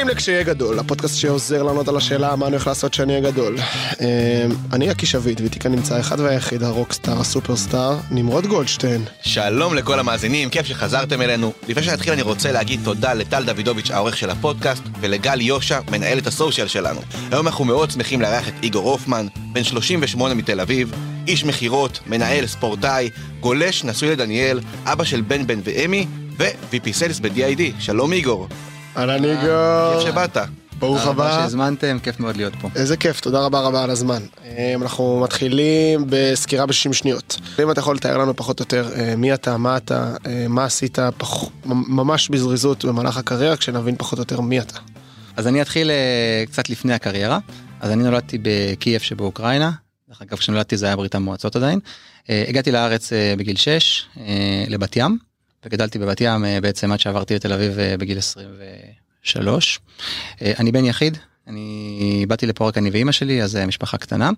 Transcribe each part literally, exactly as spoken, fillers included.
לכשיהיה גדול, הפודקאסט שעוזר לענות על השאלה מה אני הולך לעשות שאני אהיה גדול. אני אקי שביט, ואיתי כאן נמצא אחד והיחיד, הרוקסטאר, הסופרסטאר, נמרוד גולדשטיין. שלום לכל המאזינים, כיף שחזרתם אלינו. לפני שנתחיל אני רוצה להגיד תודה לטל דוידוביץ', העורך של הפודקאסט, ולגל יושע, מנהלת הסושיאל שלנו. היום אנחנו מאוד שמחים לארח את איגור הופמן, בן שלושים ושמונה מתל אביב, איש מחירות, מנהל, ספורטאי, גולש, נשוי לדניאל, אבא של בן בן ואמי, ו-וי פי Sales ב-די איי די. שלום איגור. אהלן איגור. כיף שבאת. ברוך הבא. תודה שהזמנתם, כיף מאוד להיות פה. איזה כיף, תודה רבה רבה על הזמן. אנחנו מתחילים בסקירה ב-שישים שניות. אם אתה יכול לתאר לנו פחות או יותר מי אתה, מה אתה, מה עשית ממש בזריזות במהלך הקריירה, כשנבין פחות או יותר מי אתה. אז אני אתחיל קצת לפני הקריירה. אז אני נולדתי בקייב שבאוקראינה. דרך אגב, כשנולדתי זה היה ברית המועצות עדיין. הגעתי לארץ בגיל שש, לבת ים, וגדלתי בבת ים בעצם עד שעברתי לתל אביב בגיל עשרים ושלוש. אני בן יחיד, אני באתי לפה רק אני ואמא שלי, אז משפחה קטנה.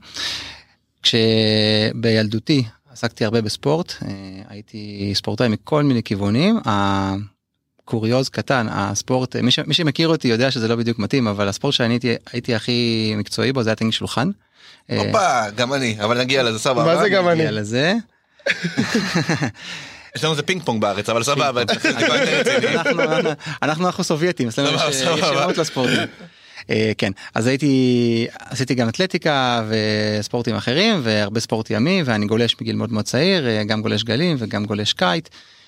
כשבילדותי עסקתי הרבה בספורט, הייתי ספורטאי מכל מיני כיוונים, הקוריוז קטן, הספורט, מי, ש, מי שמכיר אותי יודע שזה לא בדיוק מתאים, אבל הספורט שאני הייתי, הייתי הכי מקצועי בו, זה היה טניס שולחן. הופה, גם אני, אבל נגיע לזה, סבבה. מה זה גם אני? נגיע לזה. יש לנו זה פינג פונג בארץ, אבל סבבה. אנחנו אנחנו סובייטים, יש שמות לספורטים. כן, אז הייתי, עשיתי גם אתלטיקה וספורטים אחרים, והרבה ספורט ימי, ואני גולש מגיל מאוד מאוד צעיר, גם גולש גלים וגם גולש קייט.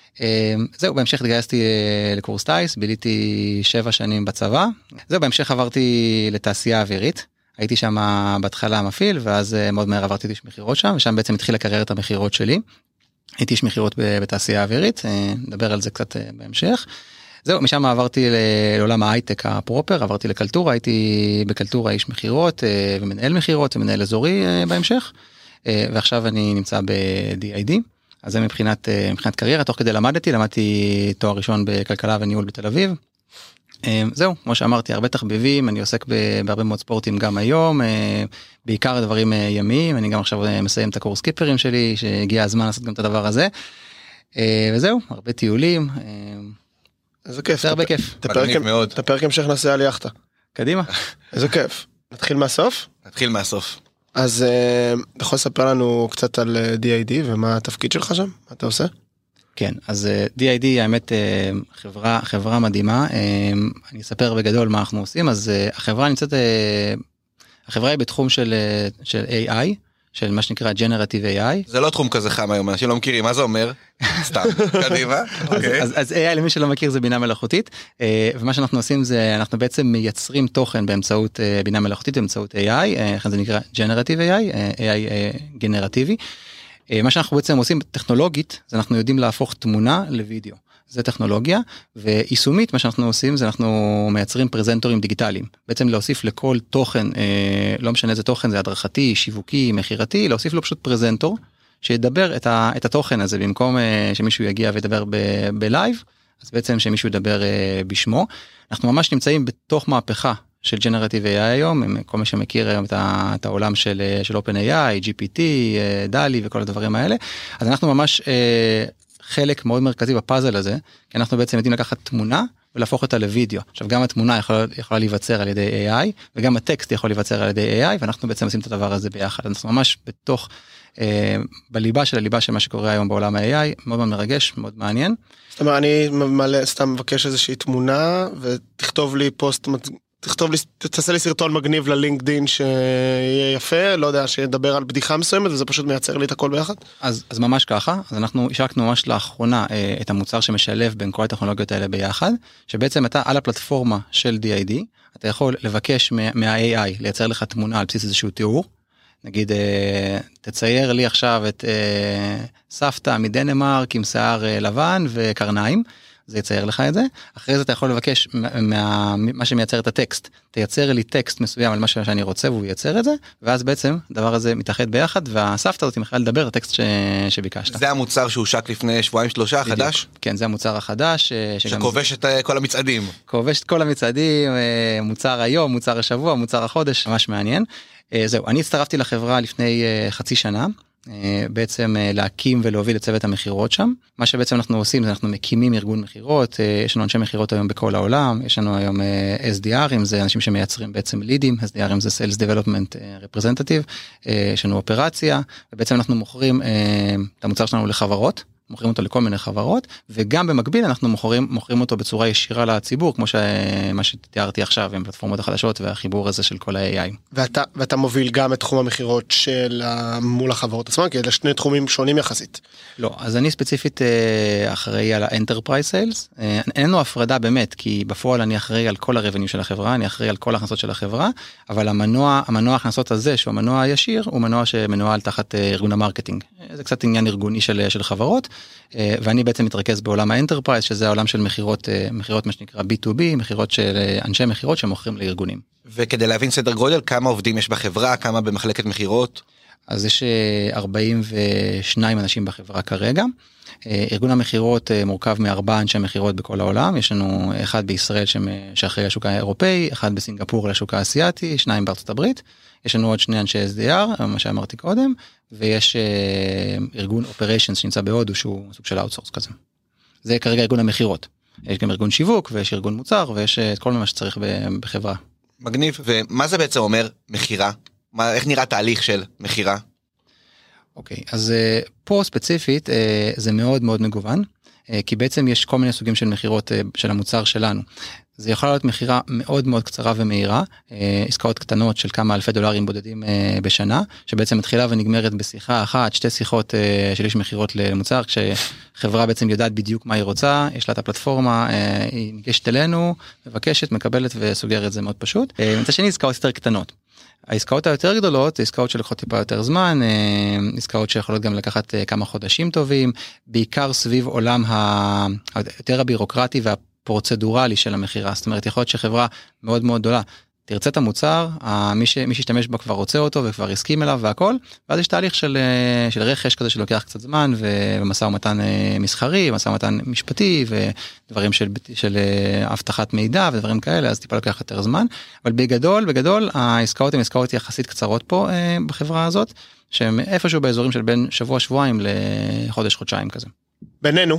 זהו, בהמשך התגייסתי לקורס טייס, ביליתי שבע שנים בצבא. זהו, בהמשך עברתי לתעשייה אווירית. הייתי שם בהתחלה מפעיל, ואז מאוד מהר עברתי איש מחירות שם, ושם בעצם התחילה קריירת המחירות שלי. הייתי איש מחירות בתעשייה האווירית, נדבר על זה קצת בהמשך. זהו, משם עברתי לעולם ההייטק הפרופר, עברתי לקלטורה, הייתי בקלטורה איש מחירות ומנהל מחירות ומנהל אזורי בהמשך, ועכשיו אני נמצא ב-די איי די, אז זה מבחינת, מבחינת קריירה, תוך כדי למדתי, למדתי תואר ראשון בכלכלה וניהול בתל אביב. זהו, כמו שאמרתי, הרבה תחביבים, אני עוסק בהרבה מאוד ספורטים גם היום, בעיקר דברים ימיים, אני גם עכשיו מסיים את הקורס קיפרים שלי, שהגיע הזמן לעשות גם את הדבר הזה, וזהו, הרבה טיולים. איזה כיף. זה הרבה כיף. את הפרק המשך נעשה על יחטה. קדימה. איזה כיף. נתחיל מהסוף? נתחיל מהסוף. אז אתה יכול לספר לנו קצת על די איי די ומה התפקיד שלך שם? מה אתה עושה? כן, אז די איי די האמת חברה, חברה מדהימה, אני אספר בגדול מה אנחנו עושים, אז החברה נמצאת, החברה היא בתחום של, של איי איי, של מה שנקרא Generative איי איי. זה לא תחום כזה חם היום, אנשים לא מכירים, מה זה אומר? סתם, קדימה. אז, אז איי איי למי שלא מכיר זה בינה מלאכותית, ומה שאנחנו עושים זה, אנחנו בעצם מייצרים תוכן באמצעות בינה מלאכותית, באמצעות איי איי, זה נקרא Generative איי איי, איי איי גנרטיבי. מה שאנחנו בעצם עושים טכנולוגית, זה אנחנו יודעים להפוך תמונה לוידאו. זה טכנולוגיה, ויישומית מה שאנחנו עושים זה אנחנו מייצרים פרזנטורים דיגיטליים. בעצם להוסיף לכל תוכן, לא משנה איזה תוכן, זה הדרכתי, שיווקי, מחירתי, להוסיף לו פשוט פרזנטור, שידבר את, ה, את התוכן הזה, במקום שמישהו יגיע וידבר ב- בלייב, אז בעצם שמישהו ידבר בשמו. אנחנו ממש נמצאים בתוך מהפכה, של Generative איי איי היום, כל מי שמכיר היום את העולם של, של OpenAI, ג'י פי טי, דלי וכל הדברים האלה, אז אנחנו ממש חלק מאוד מרכזי בפאזל הזה, כי אנחנו בעצם יודעים לקחת תמונה ולהפוך אותה לוידאו. עכשיו גם התמונה יכולה, יכולה להיווצר על ידי איי איי, וגם הטקסט יכול להיווצר על ידי איי איי, ואנחנו בעצם עושים את הדבר הזה ביחד. אנחנו ממש בתוך, בליבה של הליבה של מה שקורה היום בעולם ה-איי איי, מאוד מאוד מרגש, מאוד מעניין. זאת אומרת, אני מלא, סתם מבקש איזושהי תמונה, ותכתוב לי פוסט, תכתוב לי, תעשה לי סרטון מגניב ללינקדין שיהיה יפה, לא יודע, שידבר על בדיחה מסוימת, וזה פשוט מייצר לי את הכל ביחד. אז, אז ממש ככה, אז אנחנו השקנו ממש לאחרונה אה, את המוצר שמשלב בין כל הטכנולוגיות האלה ביחד, שבעצם אתה על הפלטפורמה של די איי די, אתה יכול לבקש מה-איי איי לייצר לך תמונה על בסיס איזשהו תיאור, נגיד, אה, תצייר לי עכשיו את אה, סבתא מדנמרק עם שיער אה, לבן וקרניים, זה יצייר לך את זה. אחרי זה אתה יכול לבקש מה, מה שמייצר את הטקסט, תייצר לי טקסט מסוים על מה שאני רוצה והוא ייצר את זה, ואז בעצם הדבר הזה מתאחד ביחד, והסבתא הזאת יכולה לדבר את הטקסט ש... שביקשת. זה המוצר שהושק לפני שבועיים שלושה, החדש? כן, זה המוצר החדש. שכובש את כל המצעדים. כובש את כל המצעדים, מוצר היום, מוצר השבוע, מוצר החודש, ממש מעניין. זהו, אני הצטרפתי לחברה לפני חצי שנה, בעצם להקים ולהוביל את צוות המחירות שם. מה שבעצם אנחנו עושים זה אנחנו מקימים ארגון מחירות, יש לנו אנשי מחירות היום בכל העולם, יש לנו היום אס די ארים, זה אנשים שמייצרים בעצם לידים, אס די ארים זה Sales Development Representative, יש לנו אופרציה, ובעצם אנחנו מוכרים את המוצר שלנו לחברות, מוכרים אותו לכל מיני חברות, וגם במקביל אנחנו מוכרים, מוכרים אותו בצורה ישירה לציבור, כמו מה שתיארתי עכשיו, עם פלטפורמות החדשות והחיבור הזה של כל ה-איי איי. ואתה, ואתה מוביל גם את תחום המחירות של מול החברות עצמן, כי אלה שני תחומים שונים יחסית. לא, אז אני ספציפית אחראי על ה-Enterprise Sales, אין לנו הפרדה באמת, כי בפועל אני אחראי על כל הרבניו של החברה, אני אחראי על כל ההכנסות של החברה, אבל המנוע, המנוע ההכנסות הזה, שהוא המנוע הישיר, הוא מנוע שמנוהל תחת ארגון המרקטינג. זה קצת עניין ארגוני של, של חברות, ואני בעצם מתרכז בעולם האנטרפרייז, שזה העולם של מחירות, מחירות מה שנקרא בי טו בי, מחירות של אנשי מחירות שמוכרים לארגונים. וכדי להבין סדר גודל, כמה עובדים יש בחברה, כמה במחלקת מחירות? אז יש ארבעים ושניים אנשים בחברה כרגע. ארגון המחירות מורכב מארבעה אנשי מחירות בכל העולם, יש לנו אחד בישראל שאחראי לשוק האירופאי, אחד בסינגפור לשוק האסייתי, שניים בארצות הברית, יש לנו עוד שני אנשי אס די אר, מה שאמרתי קודם, ויש ארגון אופריישנס שנמצא בהודו, שהוא סוג של אאוטסורס כזה. זה כרגע ארגון המחירות. יש גם ארגון שיווק, ויש ארגון מוצר, ויש את כל מה שצריך בחברה. מגניב, ומה זה בעצם אומר מחירה? מה, איך נראה תהליך של מחירה? אוקיי, אז פה ספציפית זה מאוד מאוד מגוון, כי בעצם יש כל מיני סוגים של מחירות של המוצר שלנו. זה יכול להיות מחירה מאוד מאוד קצרה ומהירה, עסקאות קטנות של כמה אלפי דולרים בודדים בשנה, שבעצם מתחילה ונגמרת בשיחה אחת, שתי שיחות של איש מחירות למוצר, כשחברה בעצם יודעת בדיוק מה היא רוצה, יש לה את הפלטפורמה, היא ניגשת אלינו, מבקשת, מקבלת וסוגרת, זה מאוד פשוט. מצד שני, עסקאות יותר קטנות. העסקאות היותר גדולות, עסקאות שלקחות טיפה יותר זמן, עסקאות שיכולות גם לקחת כמה חודשים טובים, בעיקר סביב עולם היותר הבירוקרטי והפרוצדורלי של המחירה. זאת אומרת, יכול להיות שחברה מאוד מאוד גדולה תרצה את המוצר, מי שישתמש בה כבר רוצה אותו וכבר הסכים אליו והכל, ואז יש תהליך של, של רכש כזה שלוקח קצת זמן, ומשא ומתן מסחרי, משא ומתן משפטי, ודברים של, של הבטחת מידע ודברים כאלה, אז טיפה לוקח יותר זמן, אבל בגדול, בגדול, העסקאות הן עסקאות יחסית קצרות פה בחברה הזאת, שהן איפשהו באזורים של בין שבוע, שבועיים לחודש, חודשיים כזה. בינינו,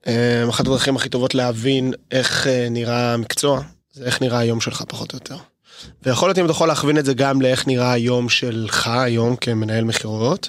אחת הדרכים הכי טובות להבין איך נראה המקצוע, זה איך נראה היום שלך פחות או יותר. ויכול להיות אם אתה יכול להכווין את זה גם לאיך נראה היום שלך היום כמנהל מחירות,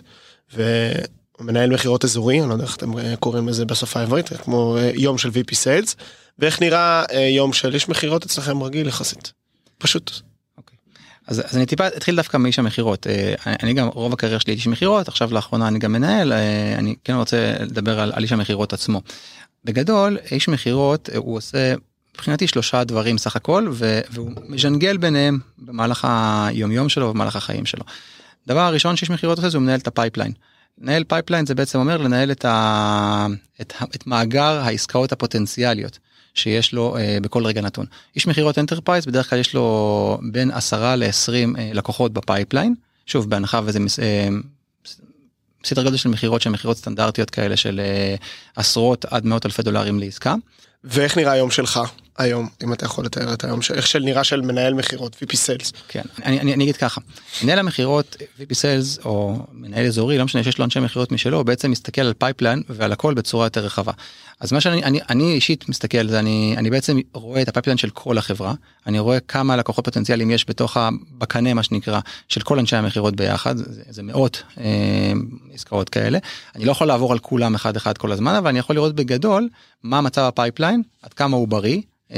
ומנהל מחירות אזורי, אני לא יודע איך אתם קוראים לזה בשפה העברית, כמו יום של וי פי Sales, ואיך נראה יום של איש מחירות אצלכם רגיל יחסית. פשוט. אוקיי. אז, אז אני טיפה אתחיל דווקא מאיש המחירות. אני גם, רוב הקריירה שלי איש מחירות, עכשיו לאחרונה אני גם מנהל, אני כן רוצה לדבר על, על איש המחירות עצמו. בגדול, איש מחירות הוא עושה מבחינתי שלושה דברים סך הכל, והוא משנגל ביניהם במהלך היום-יום שלו ובמהלך החיים שלו. דבר הראשון שיש מחירות עושה זה הוא מנהל את הפייפליין. לנהל פייפליין זה בעצם אומר לנהל את, ה... את, את מאגר העסקאות הפוטנציאליות שיש לו uh, בכל רגע נתון. איש מחירות אנטרפרייז בדרך כלל יש לו בין עשרה לעשרים uh, לקוחות בפייפליין, שוב בהנחה וזה מס... uh, סדר גודל של מחירות של מחירות סטנדרטיות כאלה של uh, עשרות עד מאות אלפי דולרים לעסקה. ואיך נראה היום שלך היום, אם אתה יכול לתאר את היום, איך של נראה של מנהל מחירות, וי פי Sales? כן, אני, אני, אני אגיד ככה, מנהל המחירות, וי פי Sales, או מנהל אזורי, לא משנה שיש לו אנשי מחירות משלו, הוא בעצם מסתכל על פייפליין ועל הכל בצורה יותר רחבה. אז מה שאני, אני, אני אישית מסתכל על זה, אני, אני בעצם רואה את הפייפליין של כל החברה, אני רואה כמה לקוחות פוטנציאליים יש בתוך הבקנה, מה שנקרא, של כל אנשי המחירות ביחד, זה, זה מאות אה, עסקאות כאלה. אני לא יכול לעבור על כולם אחד אחד כל הזמן, אבל אני יכול לראות בגדול מה מצב הפייפליין, עד כמה הוא בריא,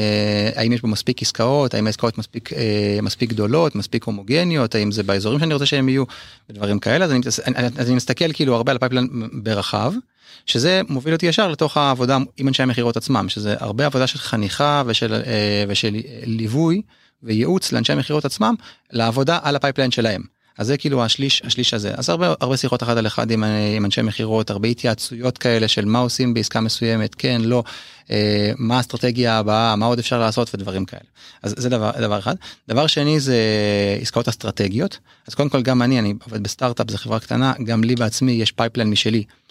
האם יש בו מספיק עסקאות, האם העסקאות מספיק, מספיק גדולות, מספיק הומוגניות, האם זה באזורים שאני רוצה שהם יהיו, ודברים כאלה, אז אני, אז אני מסתכל כאילו הרבה על הפייפליין ברחב, שזה מוביל אותי ישר לתוך העבודה עם אנשי המחירות עצמם, שזה הרבה עבודה של חניכה ושל, ושל ליווי וייעוץ לאנשי המחירות עצמם, לעבודה על הפייפליין שלהם. אז זה כאילו השליש, השליש הזה. אז הרבה, הרבה שיחות אחד על אחד עם, עם אנשי מחירות, הרבה התייעצויות כאלה של מה עושים בעסקה מסוימת, כן, לא, אה, מה האסטרטגיה הבאה, מה עוד אפשר לעשות ודברים כאלה. אז זה דבר, דבר אחד. דבר שני זה עסקאות אסטרטגיות. אז קודם כל גם אני, אני עובד בסטארט-אפ, זו חברה קטנה, גם לי בעצמי יש פייפליין משלי,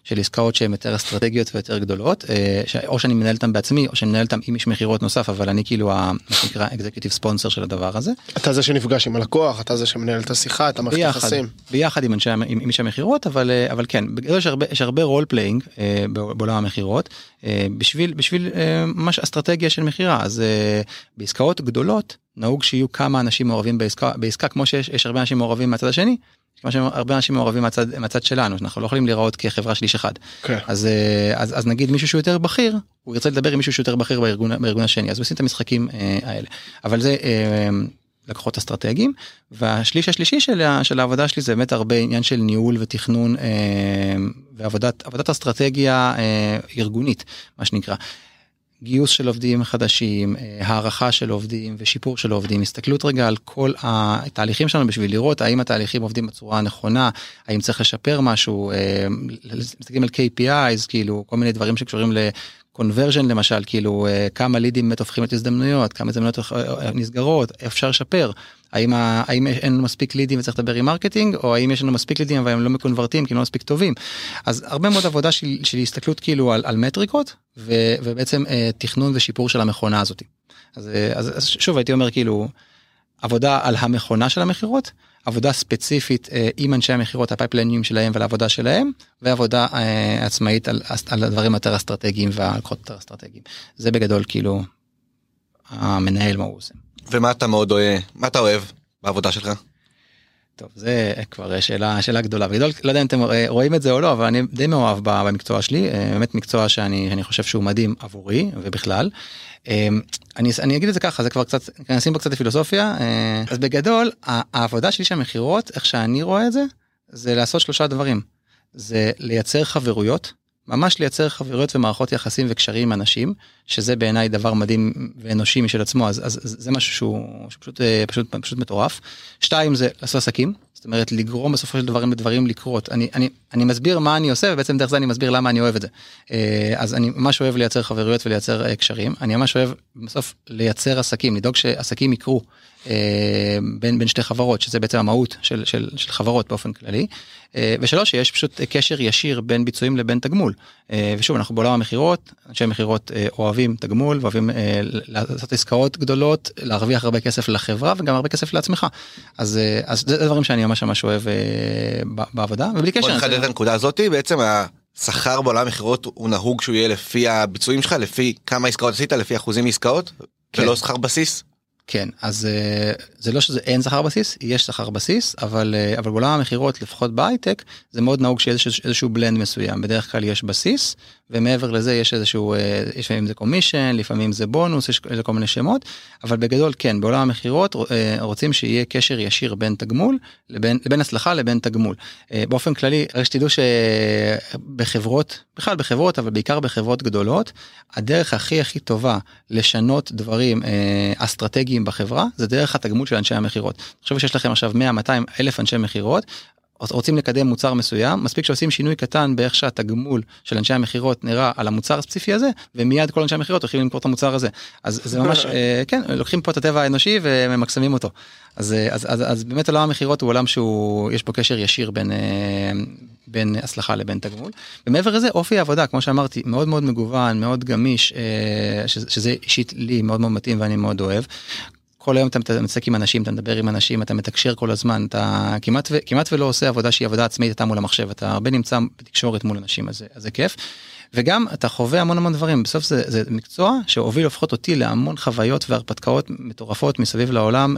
של עסקאות שהן יותר אסטרטגיות ויותר גדולות, או שאני מנהל אותם בעצמי, או שאני מנהל אותם עם איש מכירות נוסף, אבל אני כאילו, מה שנקרא, אקזקיוטיב ספונסר של הדבר הזה. אתה זה שנפגש עם הלקוח, אתה זה שמנהל את השיחה, אתה מערכת יחסים. ביחד עם אנשי, עם איש המכירות, אבל, אבל כן, בגלל יש הרבה, יש הרבה רול פליינג בעולם המכירות, בשביל, בשביל ממש אסטרטגיה של מכירה. אז בעסקאות גדולות, נהוג שיהיו כמה אנשים מעורבים בעסקה, בעסקה כמו שיש, יש הרבה אנשים מעורבים מהצד השני, כמו שהרבה אנשים מעורבים מהצד, מהצד שלנו, אנחנו לא יכולים לראות כחברה שליש אחד. Okay. אז, אז, אז נגיד מישהו שהוא יותר בכיר, הוא ירצה לדבר עם מישהו שיותר בכיר בארגון, בארגון השני, אז הוא עושים את המשחקים אה, האלה. אבל זה אה, לקוחות אסטרטגיים, והשליש השלישי של, של העבודה שלי זה באמת הרבה עניין של ניהול ותכנון, אה, ועבודת עבודת אסטרטגיה אה, ארגונית, מה שנקרא. גיוס של עובדים חדשים, הערכה של עובדים ושיפור של עובדים, הסתכלות רגע על כל התהליכים שלנו בשביל לראות האם התהליכים עובדים בצורה הנכונה, האם צריך לשפר משהו, מסתכלים על קיי פי איז, כאילו כל מיני דברים שקשורים לקונברז'ן למשל, כאילו כמה לידים באמת הופכים את הזדמנויות, כמה הזדמנויות נסגרות, אפשר לשפר, האם, האם אין לנו מספיק לידים וצריך לדבר עם מרקטינג, או האם יש לנו מספיק לידים אבל הם לא מקונברטים כי הם לא מספיק טובים. אז הרבה מאוד עבודה של, של הסתכלות כאילו על, על מטריקות, ו, ובעצם אה, תכנון ושיפור של המכונה הזאת. אז, אז, אז שוב הייתי אומר כאילו, עבודה על המכונה של המחירות, עבודה ספציפית אה, עם אנשי המחירות, הפייפליינים שלהם ולעבודה שלהם, ועבודה אה, עצמאית על, על הדברים יותר אסטרטגיים והלקוחות יותר אסטרטגיים. זה בגדול כאילו, המנהל מה הוא עושה. ומה אתה מאוד אוהב, מה אתה אוהב בעבודה שלך? טוב, זה כבר שאלה, שאלה גדולה. בגדול, לא יודע אם אתם רואים את זה או לא, אבל אני די מאוהב במקצוע שלי, באמת מקצוע שאני, שאני חושב שהוא מדהים עבורי ובכלל. אני, אני אגיד את זה ככה, זה כבר קצת, נשים בו קצת לפילוסופיה. אז בגדול, העבודה שלי של המחירות, איך שאני רואה את זה, זה לעשות שלושה דברים. זה לייצר חברויות, ממש לייצר חברויות ומערכות יחסים וקשרים עם אנשים, שזה בעיניי דבר מדהים ואנושי משל עצמו, אז, אז, אז זה משהו שהוא פשוט, פשוט, פשוט מטורף. שתיים זה לעשות עסקים, זאת אומרת לגרום בסופו של דברים לדברים לקרות. אני, אני, אני מסביר מה אני עושה, ובעצם דרך זה אני מסביר למה אני אוהב את זה. אז אני ממש אוהב לייצר חברויות ולייצר קשרים, אני ממש אוהב בסוף לייצר עסקים, לדאוג שעסקים יקרו, בין, בין שתי חברות, שזה בעצם המהות של, של, של חברות באופן כללי. ושלוש, שיש פשוט קשר ישיר בין ביצועים לבין תגמול. ושוב, אנחנו בעולם המחירות, אנשי המחירות אוהבים תגמול, ואוהבים לעשות עסקאות גדולות, להרוויח הרבה כסף לחברה, וגם הרבה כסף לעצמך. אז, אז זה דברים שאני ממש ממש אוהב בעבודה, ובלי קשר. בוא נחדד את הנקודה הזאת, בעצם השכר בעולם המחירות הוא נהוג שהוא יהיה לפי הביצועים שלך, לפי כמה עסקאות עשית, לפי אחוזים מעסקאות, ולא שכר בסיס? כן, אז זה לא שזה אין שכר בסיס, יש שכר בסיס, אבל, אבל בעולם המחירות, לפחות בהייטק, זה מאוד נהוג שיש איזשהו בלנד מסוים. בדרך כלל יש בסיס, ומעבר לזה יש איזשהו, לפעמים זה קומישן, לפעמים זה בונוס, יש כל מיני שמות, אבל בגדול כן, בעולם המחירות רוצים שיהיה קשר ישיר בין תגמול, לבין, לבין הצלחה לבין תגמול. באופן כללי, רק שתדעו שבחברות, בכלל בחברות, אבל בעיקר בחברות גדולות, הדרך הכי הכי טובה לשנות דברים אסטרטגיים בחברה, זה דרך התגמול של אנשי המחירות. אני חושב שיש לכם עכשיו מאה מאתיים אלף אנשי מחירות, רוצים לקדם מוצר מסוים, מספיק שעושים שינוי קטן באיך שהתגמול של אנשי המחירות נראה על המוצר הספציפי הזה, ומיד כל אנשי המחירות הולכים למכור את המוצר הזה. אז זה ממש, כן, לוקחים פה את הטבע האנושי וממקסמים אותו. אז, אז, אז, אז באמת עולם המחירות הוא עולם שהוא, יש פה קשר ישיר בין, בין הצלחה לבין תגמול. ומעבר לזה, אופי העבודה, כמו שאמרתי, מאוד מאוד מגוון, מאוד גמיש, שזה אישית לי מאוד מאוד מתאים ואני מאוד אוהב. כל היום אתה מצק עם אנשים, אתה מדבר עם אנשים, אתה מתקשר כל הזמן, אתה כמעט, ו, כמעט ולא עושה עבודה שהיא עבודה עצמאית, אתה מול המחשב, אתה הרבה נמצא בתקשורת מול אנשים, אז, אז זה כיף. וגם אתה חווה המון המון דברים, בסוף זה, זה מקצוע שהוביל לפחות אותי להמון חוויות והרפתקאות מטורפות מסביב לעולם,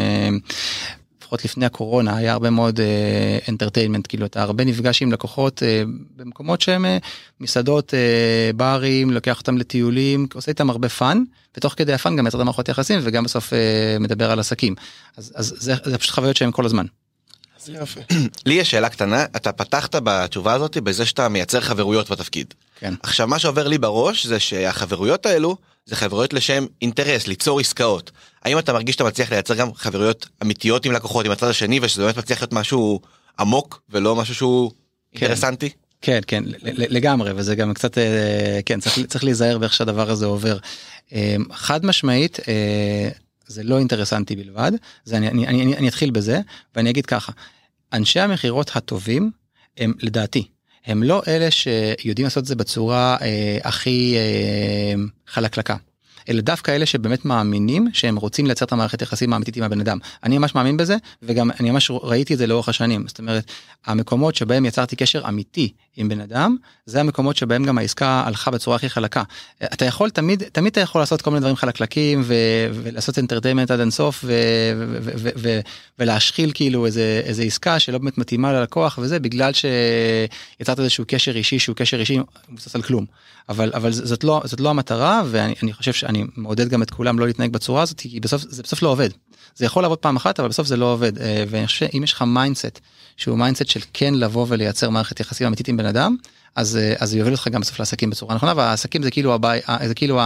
לפחות לפני הקורונה, היה הרבה מאוד אנטרטיינמנט, כאילו אתה הרבה נפגש עם לקוחות במקומות שהם מסעדות, ברים, לוקח אותם לטיולים, עושה איתם הרבה פאן, ותוך כדי הפאן גם יצר את מערכות יחסים, וגם בסוף מדבר על עסקים. אז, אז זה, זה פשוט חוויות שהם כל הזמן. זה יפה. לי יש שאלה קטנה, אתה פתחת בתשובה הזאת בזה שאתה מייצר חברויות בתפקיד. כן. עכשיו מה שעובר לי בראש זה שהחברויות האלו, זה חברויות לשם אינטרס, ליצור עסקאות. האם אתה מרגיש שאתה מצליח לייצר גם חברויות אמיתיות עם לקוחות, עם הצד השני, ושזה באמת מצליח להיות משהו עמוק, ולא משהו שהוא כן. אינטרסנטי? כן, כן, לגמרי, וזה גם קצת, כן, צריך, צריך להיזהר באיך שהדבר הזה עובר. חד משמעית, זה לא אינטרסנטי בלבד, זה אני, אני, אני, אני אתחיל בזה, ואני אגיד ככה, אנשי המחירות הטובים, הם לדעתי, הם לא אלה שיודעים לעשות את זה בצורה אה, הכי אה, חלקלקה. אלא דווקא אלה שבאמת מאמינים שהם רוצים לייצר את המערכת יחסים האמיתית עם הבן אדם. אני ממש מאמין בזה, וגם אני ממש ראיתי את זה לאורך השנים. זאת אומרת, המקומות שבהם יצרתי קשר אמיתי עם בן אדם, זה המקומות שבהם גם העסקה הלכה בצורה הכי חלקה. אתה יכול תמיד, תמיד אתה יכול לעשות כל מיני דברים חלקלקים, ו- ולעשות אנטרטיימנט עד אינסוף, ו- ו- ו- ו- ולהשחיל כאילו איזה, איזה עסקה שלא באמת מתאימה ללקוח, וזה בגלל שיצרת איזשהו קשר אישי, שהוא קשר אישי מבוסס על כלום. אבל, אבל זאת לא, זאת לא המטרה, ואני אני חושב שאני מעודד גם את כולם לא להתנהג בצורה הזאת, כי בסוף, זה בסוף לא עובד. זה יכול לעבוד פעם אחת, אבל בסוף זה לא עובד. ואני חושב שאם יש לך מיינדסט, שהוא מיינדסט של כן לבוא ולייצר מערכת יחסים אמיתית עם בן אדם, אז, אז זה יוביל אותך גם בסוף לעסקים בצורה נכונה, והעסקים זה כאילו, הבא, זה כאילו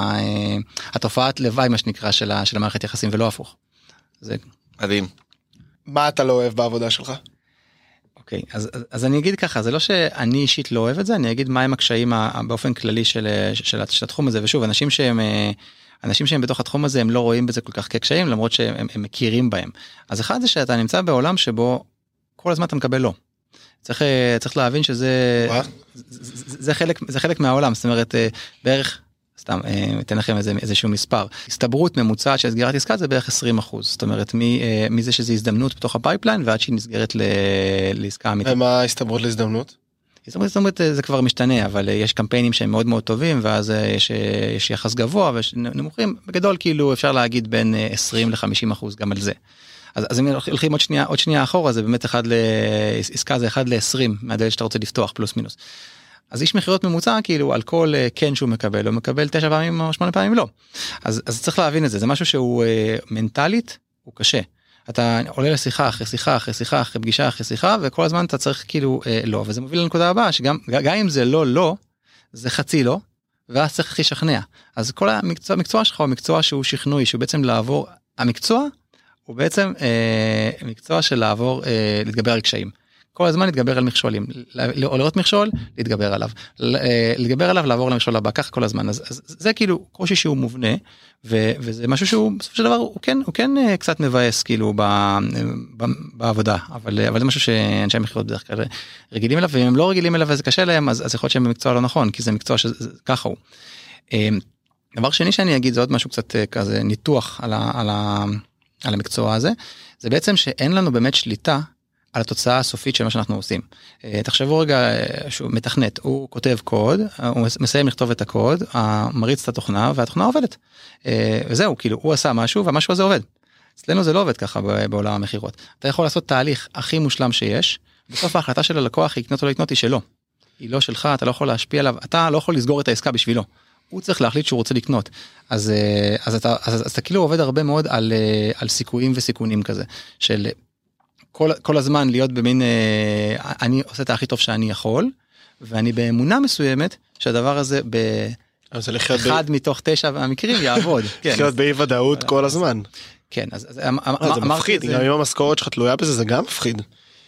התופעת לוואי, מה שנקרא, של, של המערכת יחסים, ולא הפוך. זה מדהים. מה אתה לא אוהב בעבודה שלך? אוקיי, אז, אז אני אגיד ככה, זה לא שאני אישית לא אוהב את זה, אני אגיד מהם הקשיים באופן כללי של, של, של, של התחום הזה, ושוב, אנשים שהם, אנשים שהם בתוך התחום הזה, הם לא רואים בזה כל כך כקשיים, למרות שהם הם מכירים בהם. אז אחד זה שאתה נמצא בעולם שבו כל הזמן אתה מקבל לא. צריך, צריך להבין שזה, זה, זה, זה חלק, זה חלק מהעולם, זאת אומרת, בערך, סתם, אתן לכם איזה, איזשהו מספר. הסתברות ממוצעת של סגירת עסקה זה בערך עשרים אחוז. זאת אומרת, מזה שזה הזדמנות בתוך הפייפליין, ועד שהיא נסגרת ל, לעסקה אמיתית. ומה ההסתברות להזדמנות? הסתברות זה כבר משתנה, אבל יש קמפיינים שהם מאוד מאוד טובים, ואז יש, יש יחס גבוה ונמוכים. בגדול, כאילו, אפשר להגיד בין עשרים ל-חמישים אחוז גם על זה. אז, אז אם הולכים עוד שנייה, עוד שנייה אחורה, זה באמת אחד לעסקה, זה אחד ל-עשרים מהדלת שאתה רוצה לפתוח, פלוס מינוס. אז איש מחירות ממוצע, כאילו, על כל כן שהוא מקבל, הוא מקבל תשע פעמים או שמונה פעמים לא. אז, אז צריך להבין את זה. זה משהו שהוא אה, מנטלית, הוא קשה. אתה עולה לשיחה אחרי שיחה, אחרי שיחה, אחרי פגישה, אחרי שיחה, וכל הזמן אתה צריך כאילו אה, לא. וזה מוביל לנקודה הבאה, שגם גם אם זה לא לא, זה חצי לא, ואז צריך לשכנע. אז כל המקצוע, המקצוע שלך הוא מקצוע שהוא שכנועי, שהוא בעצם לעבור, המקצוע הוא בעצם אה, מקצוע של לעבור, אה, להתגבר על קשיים. כל הזמן להתגבר על מכשולים, או לראות מכשול, להתגבר עליו, להתגבר עליו, לעבור למכשול הבא, כך כל הזמן. אז, אז זה כאילו קושי שהוא מובנה, ו, וזה משהו שהוא, בסופו של דבר, הוא כן, הוא כן קצת מבאס, כאילו, ב, ב, בעבודה, אבל, אבל זה משהו שאנשי מכירות בדרך כלל רגילים אליו, ואם הם לא רגילים אליו וזה קשה להם, אז, אז יכול להיות שהם במקצוע לא נכון, כי זה מקצוע שככה הוא. דבר שני שאני אגיד, זה עוד משהו קצת כזה ניתוח על, ה, על, ה, על המקצוע הזה, זה בעצם שאין לנו באמת שליטה, על התוצאה הסופית של מה שאנחנו עושים. תחשבו רגע שהוא מתכנת, הוא כותב קוד, הוא מסיים לכתוב את הקוד, מריץ את התוכנה, והתוכנה עובדת. וזהו, כאילו, הוא עשה משהו, והמשהו הזה עובד. אצלנו זה לא עובד ככה בעולם המחירות. אתה יכול לעשות תהליך הכי מושלם שיש, בסוף ההחלטה של הלקוח היא לקנות או לא לקנות היא שלו. היא לא שלך, אתה לא יכול להשפיע עליו, אתה לא יכול לסגור את העסקה בשבילו. הוא צריך להחליט שהוא רוצה לקנות. אז, אז, אתה, אז, אז אתה כאילו עובד הרבה מאוד על, על סיכויים וסיכונים כזה, של כל, כל הזמן להיות במין, אה, אני עושה את הכי טוב שאני יכול, ואני באמונה מסוימת שהדבר הזה באחד מתוך תשע המקרים יעבוד. לחיות באי ודאות כל הזמן. כן, אז זה מפחיד, גם אם המשכורת שלך תלויה בזה, זה גם מפחיד.